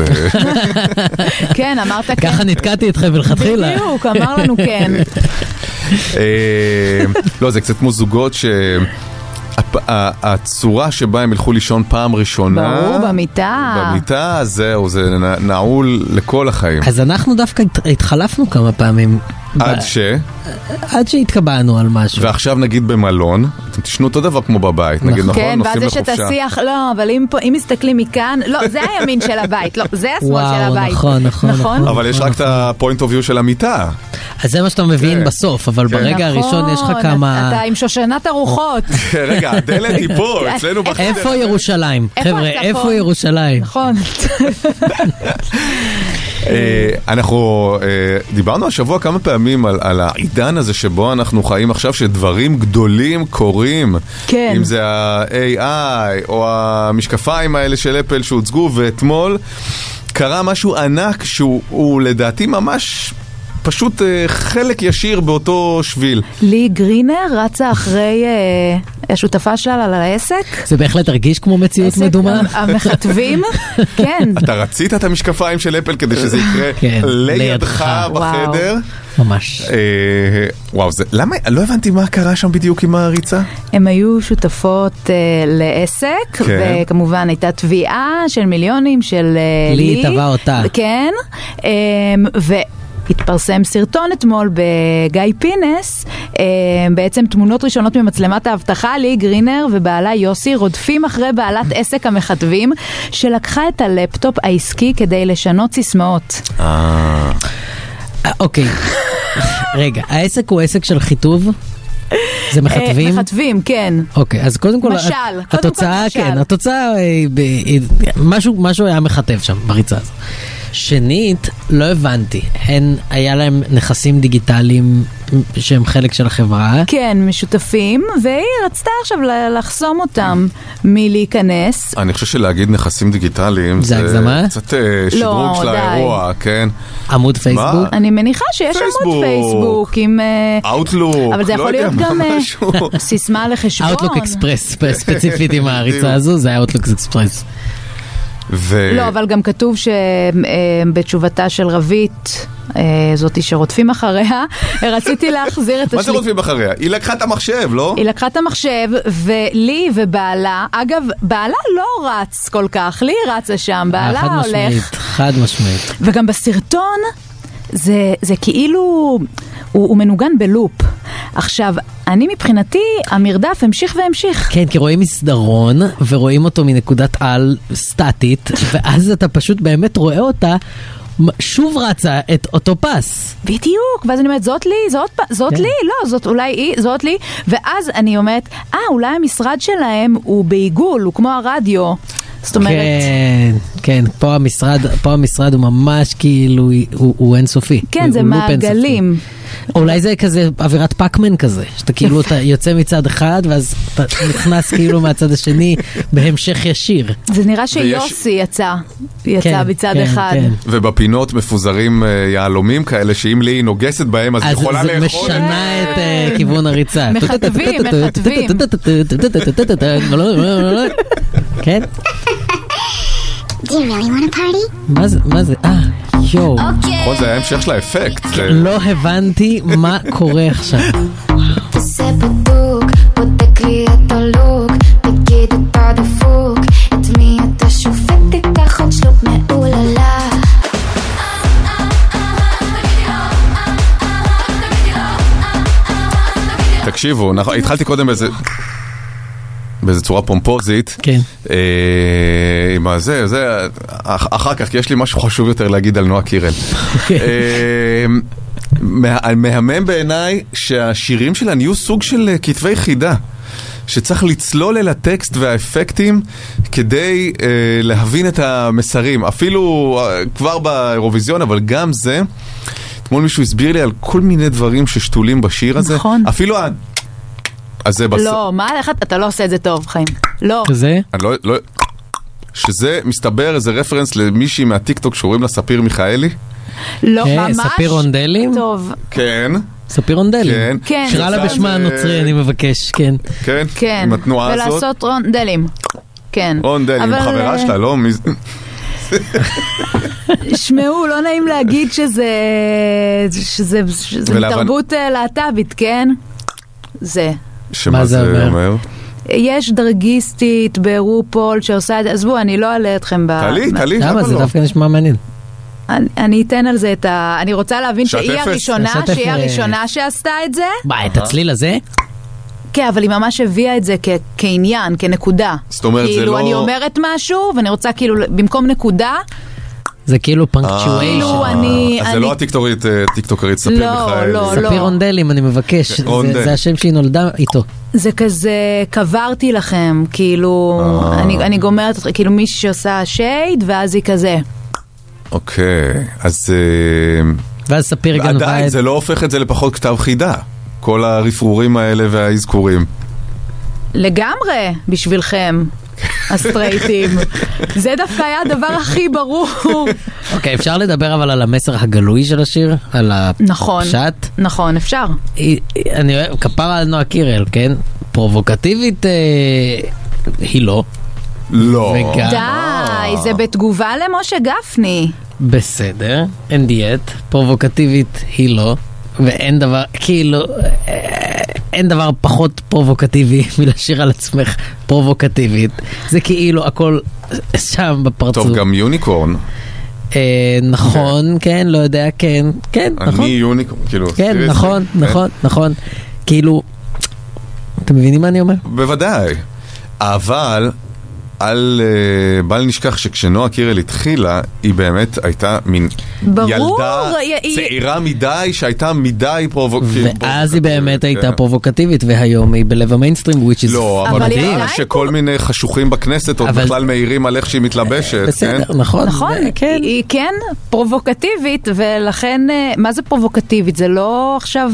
כן, אמרת כן. ככה נתקעתי אתכם ולכתחילה. בדיוק, אמר לנו כן. לא, זה קצת כמו זוגות הצורה שבה הם ילכו לישון פעם ראשונה, ברור, במיטה, זהו, זה נעול לכל החיים. אז אנחנו דווקא התחלפנו כמה פעמים. עד שהתקבענו על משהו. ועכשיו נגיד במלון, אתם תשנו אותו דבר כמו בבית, נגיד, נכון? כן, ואז יש את השיח, לא, אבל אם מסתכלים מכאן, לא, זה הימין של הבית, לא, זה השמאל של הבית. נכון. אבל יש רק את ה-point of view של המיטה. אז זה מה שאתה מבין בסוף, אבל ברגע הראשון יש לך כמה... אתה עם שושנת הרוחות. רגע, הדלת היא פה, אצלנו בחדר. איפה ירושלים? חבר'ה, איפה ירושלים? נכון. אנחנו דיברנו השבוע כמה פעמים על העידן הזה שבו אנחנו חיים עכשיו, שדברים גדולים קורים. כן. אם זה ה-AI או המשקפיים האלה של אפל שהוצגו, ואתמול קרה משהו ענק שהוא לדעתי ממש פשוט חלק ישיר באותו שביל. לי גרינר רצה אחרי השותפה שלה על העסק. זה בהחלט הרגיש כמו מציאות מדומה. המכתבים, כן. אתה רצית את המשקפיים של אפל כדי שזה יקרה לידך בחדר? ממש. וואו, למה? לא הבנתי מה קרה שם בדיוק עם הריצה. הם היו שותפות לעסק, וכמובן הייתה תביעה של מיליונים של לי תבע אותה. כן, התפרסם סרטון אתמול בגיא פינס, בעצם תמונות ראשונות ממצלמת האבטחה, לי גרינר ובעלה יוסי רודפים אחרי בעלת עסק המכתבים, שלקחה את הלפטופ העסקי כדי לשנות סיסמאות. אוקיי, רגע, העסק הוא עסק של חיתוב? זה מכתבים? מכתבים, כן. אוקיי, אז קודם כל, התוצאה, כן, התוצאה, משהו היה מכתב שם בריצה הזאת. שנית, לא הבנתי, היה להם נכסים דיגיטליים שהם חלק של החברה. כן, משותפים, והיא רצתה עכשיו לחסום אותם מלהיכנס. אני חושב שלהגיד נכסים דיגיטליים זה הגזמה? קצת שדרוג של האירוע, כן. עמוד פייסבוק? אני מניחה שיש עמוד פייסבוק עם... אאוטלוק, אבל זה יכול להיות גם סיסמה לחשבון. אאוטלוק אקספרס, ספציפית עם העריצה הזו, זה היה אאוטלוק אקספרס. לא, אבל גם כתוב שבתשובתה של רבית, זאתי שרודפים אחריה, רציתי להחזיר את מה זה רודפים אחריה? היא לקחה את המחשב, לא? היא לקחה את המחשב, ולי ובעלה, אגב, בעלה לא רץ כל כך, לי רצה שם, בעלה הולך. חד משמעית. וגם בסרטון, זה כאילו, הוא מנוגן בלופ. עכשיו, אני מבחינתי, המרדף המשיך והמשיך. כן, כי רואים מסדרון, ורואים אותו מנקודת על סטטית, ואז אתה פשוט באמת רואה אותה, שוב רצה את אותו פס. בדיוק, ואז אני אומרת, זאת לי, זאת לי, לא, זאת אולי היא, זאת לי, ואז אני אומרת, אולי המשרד שלהם הוא בעיגול, הוא כמו הרדיו. זאת אומרת... כן, פה המשרד הוא ממש כאילו, הוא אינסופי. כן, זה מעגלים. אולי זה כזה אווירת פאקמן כזה, שאתה כאילו אתה יוצא מצד אחד, ואז אתה נכנס כאילו מהצד השני בהמשך ישיר. זה נראה שיוסי יצא מצד אחד. ובפינות מפוזרים יעלומים כאלה, שאם לי נוגסת בהם, אז יכולה לאכול. אז זה משנה את כיוון הריצה. מכתבים. כן? Do you really want a party? מה זה? יואו. נכון, זה היה המשך של האפקט. לא הבנתי מה קורה עכשיו. תעשה בדוק, בודק לי את הלוק, תגיד אתה דפוק, את מי אתה שופט, תיקח עוד שלוק מעוללה. תקשיבו, התחלתי קודם באיזה צורה פומפוזית. כן. אחר כך, כי יש לי משהו חשוב יותר להגיד על נועה קירל. מהמם בעיניי שהשירים שלה נהיו סוג של כתבי חידה. שצריך לצלול אל הטקסט והאפקטים כדי להבין את המסרים. אפילו כבר באירוויזיון, אבל גם זה. אתמול מישהו הסביר לי על כל מיני דברים ששתולים בשיר הזה. נכון. אפילו לא, מה? איך אתה לא עושה את זה טוב, חיים? לא. שזה? שזה מסתבר איזה רפרנס למישהי מהטיקטוק שקוראים לה ספיר מיכאלי. לא, ממש. ספיר רונדלים? טוב. כן. ספיר רונדלים. כן. קרא לה בשמה הנוצרי, אני מבקש, כן. כן. עם התנועה הזאת. ולעשות רונדלים. כן. רונדלים, חברה שלה, לא? שמעו, לא נעים להגיד שזה מתרבות להט"בית, כן? זה. שמה זה אומר? יש דרגיסטית ברופול שעושה את זה, עזבו, אני לא אעלה אתכם תעלי, למה? זה דווקא נשמע מעניין. אני אתן על זה אני רוצה להבין שהיא הראשונה שעשתה את זה. מה, את הצליל הזה? כן, אבל היא ממש הביאה את זה כעניין, כנקודה. זאת אומרת, זה לא... כאילו, אני אומרת משהו, ואני רוצה כאילו, במקום נקודה... זה כאילו פונקטואיישן. אז זה לא הטיקטוקרית ספיר מיכאלי. לא. ספיר רונדלים, אני מבקש. זה השם שהיא נולדה איתו. זה כזה, קברתי לכם, כאילו, אני גומרת, כאילו מישהי שעושה שייד, ואז היא כזה. אוקיי, אז... ואז ספיר גנבה את... עדיין, זה לא הופך את זה לפחות כתב חידה. כל הרפרורים האלה והאזכורים. לגמרי, בשבילכם. הסטרייטים. זה דווקא היה הדבר הכי ברור. אוקיי, אפשר לדבר אבל על המסר הגלוי של השיר? על הפשט? נכון, אפשר. אני אוהב, כפרה על נועה קירל, כן? פרובוקטיבית היא לא. לא. די, זה בתגובה למשה גפני. בסדר, אין דיאט. פרובוקטיבית היא לא. ואין דבר, כאילו, אין דבר פחות פרובוקטיבי מלשיר על עצמך פרובוקטיבית. זה כאילו הכל שם בפרצוף. טוב, גם יוניקורן. נכון, כן, לא יודע, כן, נכון. אני יוניקורן, כאילו. כן, נכון. כאילו, אתם מבינים מה אני אומר? בוודאי. אבל בל נשכח שכשנועה קירל התחילה, היא באמת הייתה מין ילדה צעירה מדי, שהייתה מדי פרובוקטיבית. ואז היא באמת הייתה פרובוקטיבית, והיום היא בלב המיינסטרים, which is לא, אבל שכל מיני חשוכים בכנסת עוד בכלל מהירים על איך שהיא מתלבשת. בסדר, נכון. היא כן פרובוקטיבית, ולכן, מה זה פרובוקטיבית? זה לא עכשיו...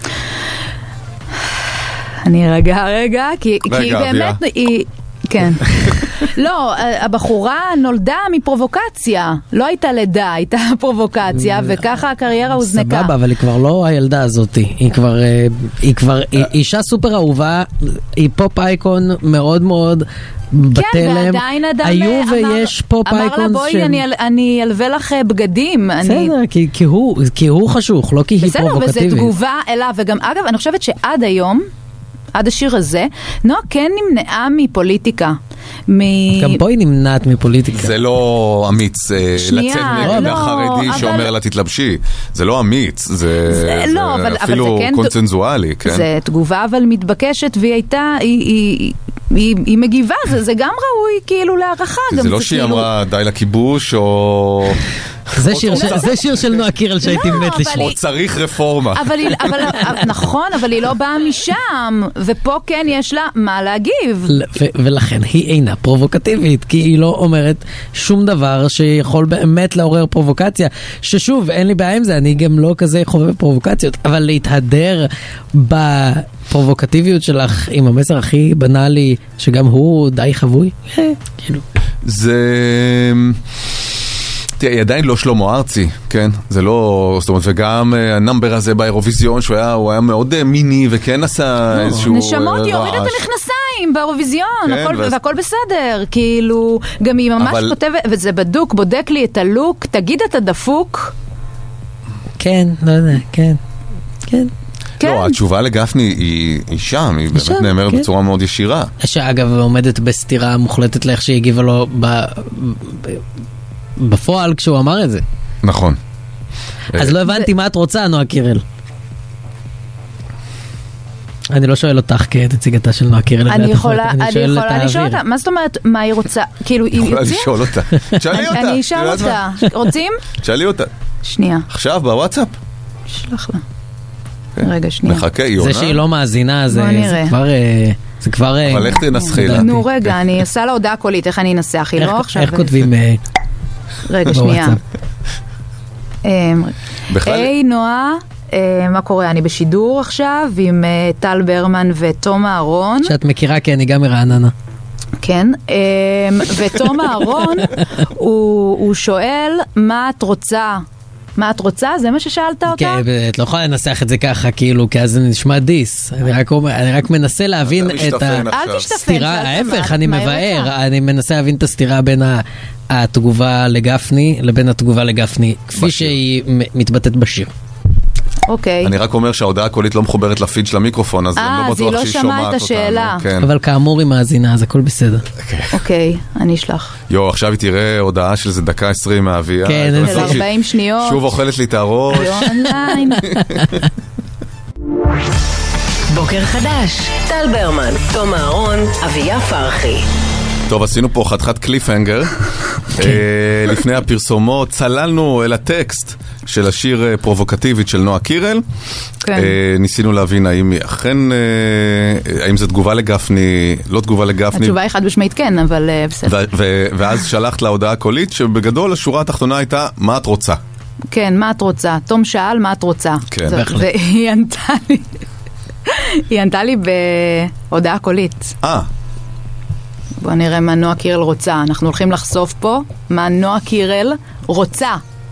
אני רגע, כי באמת היא... כן. לא, הבחורה נולדה מפרובוקציה. לא הייתה לידה, הייתה פרובוקציה, וככה הקריירה הוזנקה. סבבה, אבל היא כבר לא הילדה הזאת. היא כבר אישה סופר אהובה, היא פופ אייקון מאוד מאוד בתלם. כן, ועדיין אדם היו ויש פופ אייקון אמר לה, בואי, אני אלווה לך בגדים. בסדר, כי הוא חשוך, לא כי היא פרובוקטיבית. בסדר, וזו תגובה אליו, וגם אגב, אני חושבת שעד היום, עד השיר הזה, נועה כן נמנעה מפוליטיקה. גם פה היא נמנעת מפוליטיקה. זה לא אמיץ לצאת נגד החרדי שאומר לה תתלבשי. זה לא אמיץ, זה אפילו קונצנזואלי. זה תגובה אבל מתבקשת, והיא הייתה, היא מגיבה, זה גם ראוי כאילו להערכה. זה לא שהיא אמרה די לכיבוש או... זה שיר של נועה קירל שהייתי מת לשמוע. או צריך רפורמה. נכון, אבל היא לא באה משם, ופה כן יש לה מה להגיב. ולכן היא אינה פרובוקטיבית, כי היא לא אומרת שום דבר שיכול באמת לעורר פרובוקציה, ששוב, אין לי בעיה עם זה, אני גם לא כזה חובב פרובוקציות, אבל להתהדר בפרובוקטיביות שלך עם המסר הכי בנאלי, שגם הוא די חבוי, כאילו. זה... היא עדיין לא שלמה ארצי, כן? זה לא, זאת אומרת, וגם הנאמבר הזה באירוויזיון, שהוא היה מאוד מיני, וכן עשה איזשהו רעש. נשמות, היא הורידה את המכנסיים באירוויזיון, והכל בסדר, כאילו, גם היא ממש כותבת, וזה בדוק, בודק לי את הלוק, תגיד אתה דפוק. כן, לא יודע, כן. לא, התשובה לגפני היא שם, היא באמת נאמרת בצורה מאוד ישירה. שאגב, עומדת בסתירה מוחלטת לאיך שהיא הגיבה לו בפועל כשהוא אמר את זה. נכון. אז לא הבנתי מה את רוצה, נועה קירל. אני לא שואל אותך כנציגתה של נועה קירל. אני יכולה לשאול אותה. מה זאת אומרת, מה היא רוצה? כאילו, היא יכולה לשאול אותה. תשאלי אותה. אני אשאל אותה. רוצים? תשאלי אותה. שנייה. עכשיו בוואטסאפ. שלח לה. רגע, שנייה. מחכה, יונה. זה שהיא לא מאזינה, זה כבר... אבל איך תנסחי לה? נו רגע, אני עושה לה הודעה קולית, איך אני אנסח? היא לא עכשיו... איך כותבים... רגע, שנייה. היי נועה, מה קורה? אני בשידור עכשיו עם טל ברמן ותום אהרון. שאת מכירה כי אני גם מרעננה. כן, ותום אהרון הוא שואל מה את רוצה? מה את רוצה? זה מה ששאלת אותה? כן, את לא יכולה לנסח את זה ככה, כאילו, כי אז זה נשמע דיס. אני רק מנסה להבין את הסתירה, ההפך, אני מבאר, אני מנסה להבין את הסתירה בין התגובה לגפני לבין התגובה לגפני, כפי שהיא מתבטאת בשיר. אוקיי. אני רק אומר שההודעה הקולית לא מחוברת לפיד של המיקרופון, אז אני לא בטוח שהיא שומעת אותנו. השאלה. אבל כאמור היא מאזינה, אז הכל בסדר. אוקיי, אני אשלח. עכשיו היא תראה הודעה של זה דקה 20 מהאביה. כן, של 40 שניות. שוב אוכלת לי את הראש. אונליין. בוקר חדש, טל ברמן, תום אהרון, אביה פרחי. טוב, עשינו פה חתיכת קליפהנגר. לפני הפרסומות צללנו אל הטקסט של השיר פרובוקטיבית של נועה קירל. ניסינו להבין האם אכן, האם זה תגובה לגפני, לא תגובה לגפני. התשובה היא חד משמעית כן, אבל בסדר. ואז שלחת לה הודעה קולית שבגדול השורה התחתונה הייתה מה את רוצה. כן, מה את רוצה? תום שאל מה את רוצה. כן, בהחלט. והיא ענתה לי בהודעה קולית. בוא נראה מה נועה קירל רוצה. אנחנו הולכים לחשוף פה מה נועה קירל רוצה.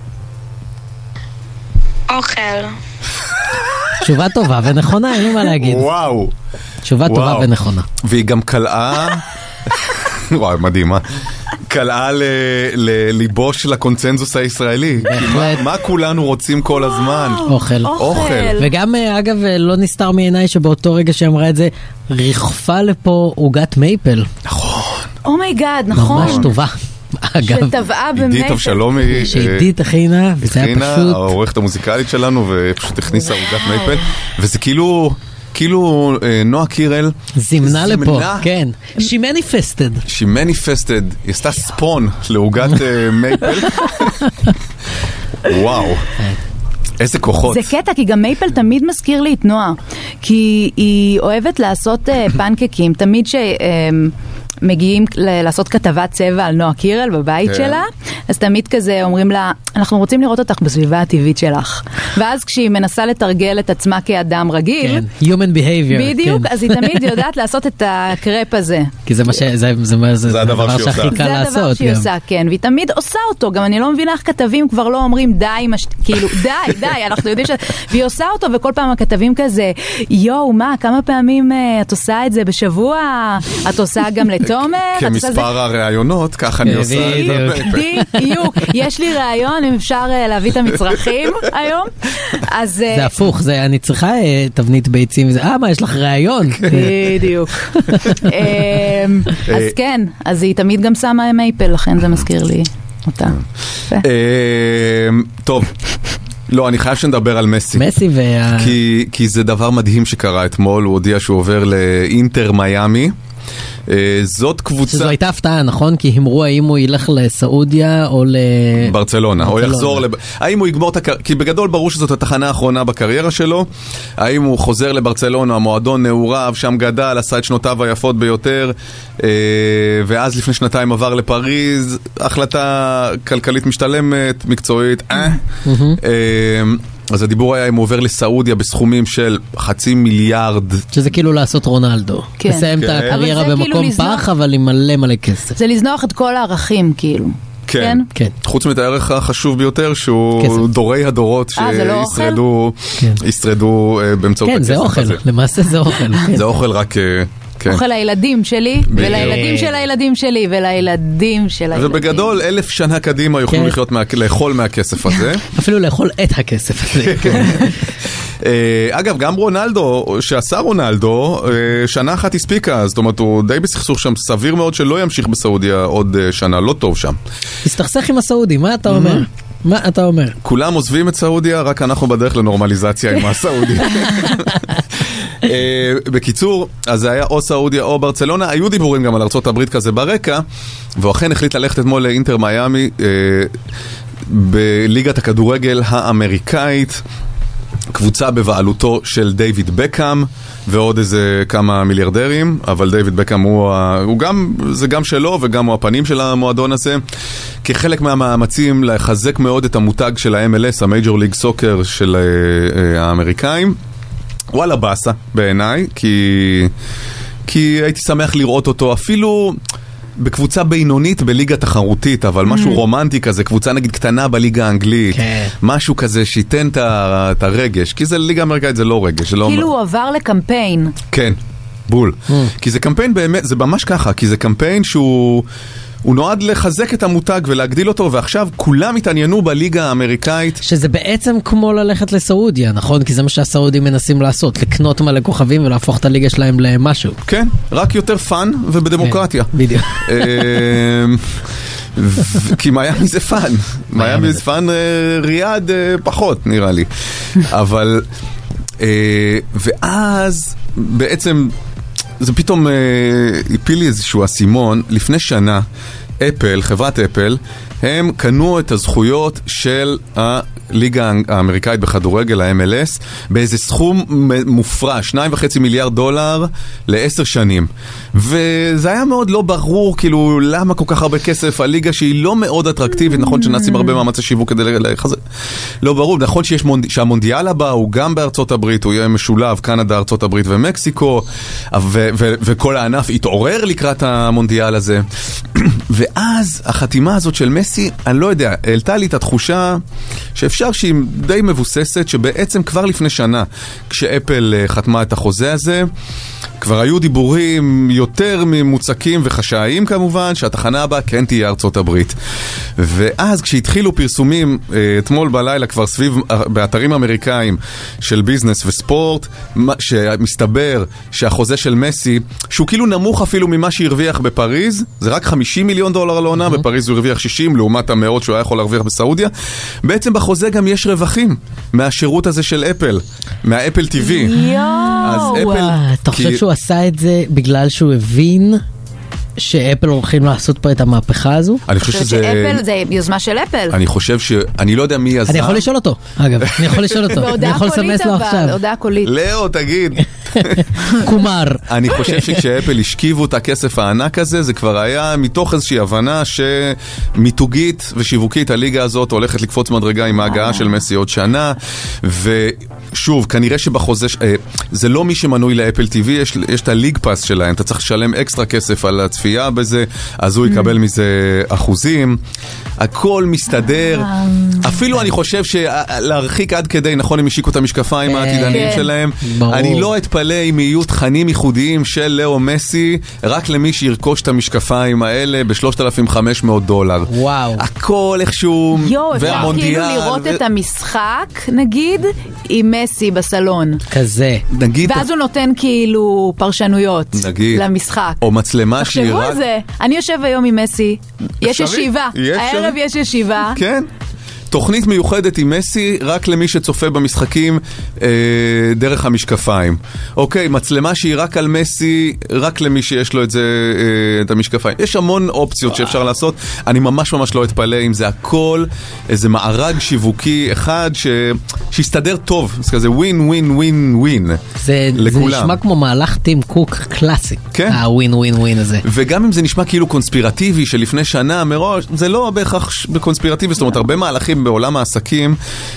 אוכל. תשובה טובה ונכונה, אין לי מה להגיד. וואו. תשובה טובה ונכונה. והיא גם קלעה, וואו, מדהימה. קלעה לליבו של הקונצנזוס הישראלי. מה כולנו רוצים כל הזמן? אוכל. וגם, אגב, לא נסתר מעיניי שבאותו רגע שאמרה את זה, ריחפה לפה עוגת מייפל. נכון. אומייגאד, נכון. ממש טובה. שטבעה במייפל. עידית אבשלומי. שעידית הכינה, וזה היה פשוט... העורכת המוזיקלית שלנו, ופשוט הכניסה עוגת מייפל. וזה כאילו נועה קירל זימנה לפה, כן. She manifested. היא עשתה ספון לעוגת מייפל. וואו. איזה כוחות. זה קטע, כי גם מייפל תמיד מזכיר לי את נועה. כי היא אוהבת לעשות פנקקים, תמיד מגיעים לעשות כתבת צבע על נועה קירל בבית שלה, אז תמיד כזה אומרים לה, אנחנו רוצים לראות אותך בסביבה הטבעית שלך. ואז כשהיא מנסה לתרגל את עצמה כאדם רגיל, כן, human behavior. בדיוק, אז היא תמיד יודעת לעשות את הקרפ הזה. כי זה הדבר שהכי קל לעשות. זה הדבר שהיא עושה, כן, והיא תמיד עושה אותו. גם אני לא מבינה איך כתבים כבר לא אומרים די, כאילו די, אנחנו יודעים והיא עושה אותו, וכל פעם הכתבים כזה, יואו, מה, כמה פעמים את עושה את זה בשבוע? את עושה גם תומר, כמספר הרעיונות, ככה אני עושה. בדיוק. יש לי רעיון, אם אפשר להביא את המצרכים היום. זה הפוך, אני צריכה תבנית ביצים. מה, יש לך רעיון? בדיוק. אז כן, אז היא תמיד גם שמה מייפל, לכן זה מזכיר לי אותה. טוב. לא, אני חייב שנדבר על מסי. כי זה דבר מדהים שקרה אתמול, הוא הודיע שהוא עובר לאינטר מיאמי. זאת קבוצה... שזו הייתה הפתעה, נכון? כי אמרו האם הוא ילך לסעודיה או ברצלונה, או יחזור האם הוא יגמור את הקריירה, כי בגדול ברור שזאת התחנה האחרונה בקריירה שלו, האם הוא חוזר לברצלונה, המועדון נעוריו, שם גדל, עשה את שנותיו היפות ביותר, ואז לפני שנתיים עבר לפריז, החלטה כלכלית משתלמת, מקצועית, אז הדיבור היה אם הוא עובר לסעודיה בסכומים של 500 מיליארד. שזה כאילו לעשות רונלדו. לסיים את הקריירה במקום פח, אבל עם מלא כסף. זה לזנוח את כל הערכים, כאילו. כן. חוץ מאת הערך החשוב ביותר, שהוא דורי הדורות שישרדו באמצעות הכסף הזה. כן, זה אוכל. למעשה זה אוכל. זה אוכל רק... אוכל לילדים שלי, ולילדים של הילדים שלי, ולילדים של הילדים. ובגדול, 1000 שנה קדימה יוכלו לאכול מהכסף הזה. אפילו לאכול את הכסף הזה. אגב, גם רונלדו, שעשה רונלדו, שנה אחת הספיקה, זאת אומרת, הוא די בסכסוך שם, סביר מאוד שלא ימשיך בסעודיה עוד שנה, לא טוב שם. הסתכסך עם הסעודי, מה אתה אומר? מה אתה אומר? כולם עוזבים את סעודיה, רק אנחנו בדרך לנורמליזציה עם הסעודי. בקיצור, אז זה היה או סעודיה או ברצלונה, היו דיבורים גם על ארצות הברית כזה ברקע, והוא אכן החליט ללכת אתמול לאינטר מיאמי בליגת הכדורגל האמריקאית, קבוצה בבעלותו של דיוויד בקאם ועוד איזה כמה מיליארדרים, אבל דיוויד בקאם הוא גם, זה גם שלו וגם הוא הפנים של המועדון הזה, כחלק מהמאמצים לחזק מאוד את המותג של ה-MLS, המייג'ור ליג סוקר של האמריקאים. וואלה בסה בעיניי, כי הייתי שמח לראות אותו אפילו בקבוצה בינונית בליגה תחרותית, אבל משהו רומנטי כזה, קבוצה נגיד קטנה בליגה האנגלית, משהו כזה שייתן את הרגש, כי זה ליגה אמריקאית, זה לא רגש. כאילו הוא עבר לקמפיין. כן, בול. כי זה קמפיין באמת, זה ממש ככה, כי זה קמפיין שהוא נועד לחזק את המותג ולהגדיל אותו, ועכשיו כולם התעניינו בליגה האמריקאית. שזה בעצם כמו ללכת לסעודיה, נכון? כי זה מה שהסעודים מנסים לעשות, לקנות מלא כוכבים ולהפוך את הליגה שלהם למשהו. כן, רק יותר פאן ובדמוקרטיה. בדיוק. כי מיאמי זה פאן. מיאמי זה פאן, ריאד פחות נראה לי. אבל, ואז בעצם זה פתאום הפיל לי איזשהו אסימון. לפני שנה אפל, חברת אפל, הם קנו את הזכויות של הליגה האמריקאית בכדורגל, ה-MLS, באיזה סכום מופרש, $2.5 מיליארד ל10 שנים. וזה היה מאוד לא ברור, כאילו, למה כל כך הרבה כסף, הליגה שהיא לא מאוד אטרקטיבית, נכון שנעשים הרבה מאמצי שיווק כדי לחזק. לא ברור, נכון שהמונדיאל הבא הוא גם בארצות הברית, הוא יהיה משולב, קנדה, ארצות הברית ומקסיקו, וכל הענף התעורר לקראת המונדיאל הזה. ואז החתימה הזאת של מסי, אני לא יודע, העלתה לי את התחושה שאפשר שהיא די מבוססת, שבעצם כבר לפני שנה, כשאפל חתמה את החוזה הזה, כבר היו דיבורים יותר ממוצקים וחשאיים כמובן, שהתחנה הבאה כן תהיה ארצות הברית. ואז כשהתחילו פרסומים אתמול בלילה כבר סביב באתרים אמריקאים של ביזנס וספורט, שמסתבר שהחוזה של מסי, שהוא כאילו נמוך אפילו ממה שהרוויח בפריז, זה רק $50 מיליון לעונה, בפריז הוא הרוויח 60 לעומת המאות שהוא היה יכול להרוויח בסעודיה. בעצם בחוזה גם יש רווחים מהשירות הזה של אפל, מהאפל TV. אתה חושב שהוא עשה את זה בגלל שהוא הבין שאפל הולכים לעשות פה את המהפכה הזו? אני חושב שאפל זה יוזמה של אפל. אני חושב אני לא יודע מי יזם. אני יכול לשאול אותו, אגב, אני יכול לשאול אותו. אני יכול לסמס לו עכשיו. בהודעה קולית. לאו, תגיד. קומר. אני חושב שכשאפל השכיבו את הכסף הענק הזה, זה כבר היה מתוך איזושהי הבנה שמיתוגית ושיווקית הליגה הזאת הולכת לקפוץ מדרגה עם ההגעה של מסי עוד שנה, ושוב, כנראה שבחוזה, זה לא מי שמנוי לאפל TV, יש את הליג פאס שלהם, אתה צריך לשלם אקסטרה כסף על הצפייה בזה, אז הוא יקבל מזה אחוזים, הכל מסתדר, אפילו אני חושב שלהרחיק עד כדי, נכון, הם השיקו את המשקפיים העתידניים שלהם, אני לא אתפלא אם יהיו תכנים ייחודיים של לאו מסי, רק למי שירכוש את המשקפיים האלה $3,500. וואו. הכל איכשהו, והמונדיאל. כאילו לראות את המשחק, נגיד, עם מסי בסלון. כזה. נגיד. ואז הוא נותן כאילו פרשנויות למשחק. או מצלמה שהיא רק... תחשבו על זה. אני יושב היום עם מסי, יש ישיבה. הערב יש ישיבה. כן. תוכנית מיוחדת עם מסי רק למי שצופה במשחקים דרך המשקפיים. אוקיי, מצלמה שהיא רק על מסי, רק למי שיש לו את זה, את המשקפיים. יש המון אופציות שאפשר לעשות. אני ממש לא אתפלא אם זה הכל איזה מארג שיווקי אחד שיסתדר טוב. זה כזה ווין ווין ווין ווין לכולם. זה נשמע כמו מהלך טים קוק קלאסי. כן. הווין ווין ווין הזה. וגם אם זה נשמע כאילו קונספירטיבי שלפני שנה מראש, זה לא בהכרח בקונספירטיבי, זאת אומרת, הרבה מהלכים בעולם העסקים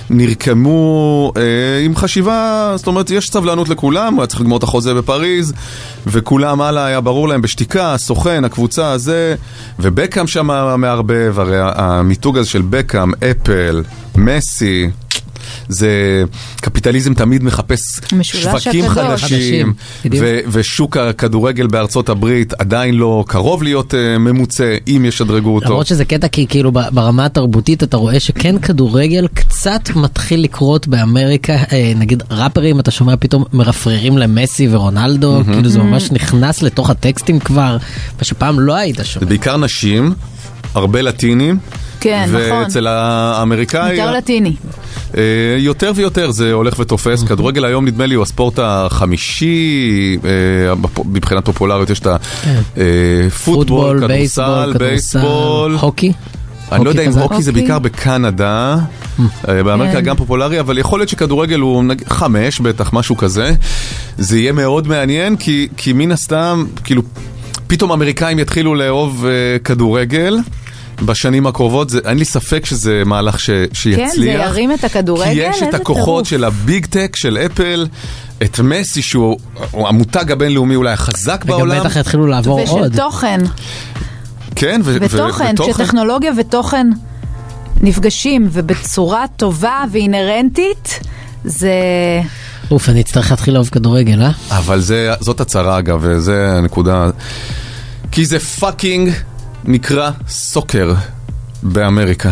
נרקמו עם חשיבה, זאת אומרת, יש סבלנות לכולם, הוא היה צריך לגמור את החוזה בפריז, וכולם הלאה היה ברור להם בשתיקה, הסוכן, הקבוצה הזה, ובקאם שם מערבב, הרי המיתוג הזה של בקאם, אפל, מסי, זה קפיטליזם תמיד מחפש שווקים חדשים, ושוק הכדורגל בארצות הברית עדיין לא קרוב להיות ממוצע, אם ישדרגו אותו. למרות שזה קטע, כי כאילו ברמה התרבותית אתה רואה שכן כדורגל קצת מתחיל לקרות באמריקה, נגיד ראפרים, אתה שומע פתאום מרפררים למסי ורונלדו, כאילו זה ממש נכנס לתוך הטקסטים כבר, מה שפעם לא היית שומע. זה בעיקר נשים, הרבה לטינים, כן, נכון. ואצל האמריקאי... יותר לטיני. יותר ויותר זה הולך ותופס. כדורגל היום נדמה לי הוא הספורט החמישי, מבחינת פופולריות יש את הפוטבול, כדורסל, בייסבול, הוקי. אני לא יודע אם הוקי זה בעיקר בקנדה, באמריקה גם פופולרי, אבל יכול להיות שכדורגל הוא 5 בטח, משהו כזה. זה יהיה מאוד מעניין, כי מן הסתם, כאילו, פתאום אמריקאים יתחילו לאהוב כדורגל, בשנים הקרובות, אין לי ספק שזה מהלך שיצליח. כן, זה ירים את הכדורגל. כי יש את הכוחות של הביג טק, של אפל, את מסי, שהוא המותג הבינלאומי אולי החזק בעולם. וגם בטח יתחילו לעבור עוד. ושל תוכן. כן, ותוכן, שטכנולוגיה ותוכן נפגשים, ובצורה טובה ואינרנטית, זה... אוף, אני אצטרך להתחיל לאהוב כדורגל, אה? אבל זאת הצרה, אגב, וזה הנקודה. כי זה פאקינג... נקרא סוקר באמריקה.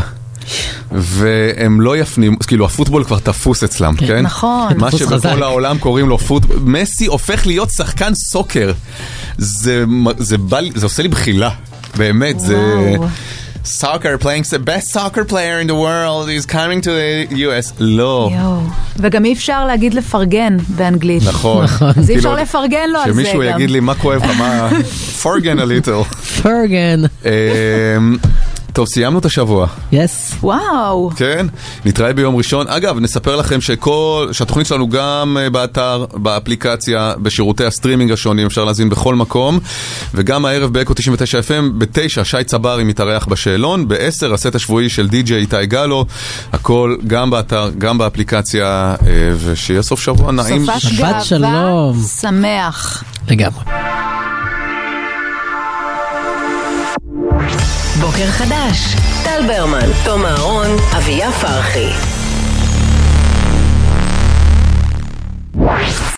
והם לא יפנים, כאילו הפוטבול כבר תפוס אצלם, כן? נכון. מה שבכל העולם קוראים לו פוטבול. מסי הופך להיות שחקן סוקר. זה עושה לי בחילה. באמת, soccer, playing the best soccer player in the world, is coming to the US. לא. וגם אי אפשר להגיד לפרגן באנגלית. נכון. אז אי אפשר לפרגן לו על זה גם. שמישהו יגיד לי מה כואב לך, מה... פרגן a little. פרגן. טוב, סיימנו את השבוע. יס. וואו. כן, נתראה ביום ראשון. אגב, נספר לכם שהתוכנית שלנו גם באתר, באפליקציה, בשירותי הסטרימינג השונים, אפשר להזין בכל מקום, וגם הערב באקו 99 FM, ב-9, שי צברי מתארח בשאלון, ב-10, הסט השבועי של די.ג'יי איתי גלו, הכל גם באתר, גם באפליקציה, ושיהיה סוף שבוע נעים. סופש גאווה, שמח. לגמרי. בוקר חדש, טל ברמן, תום אהרון, אביה פרחי.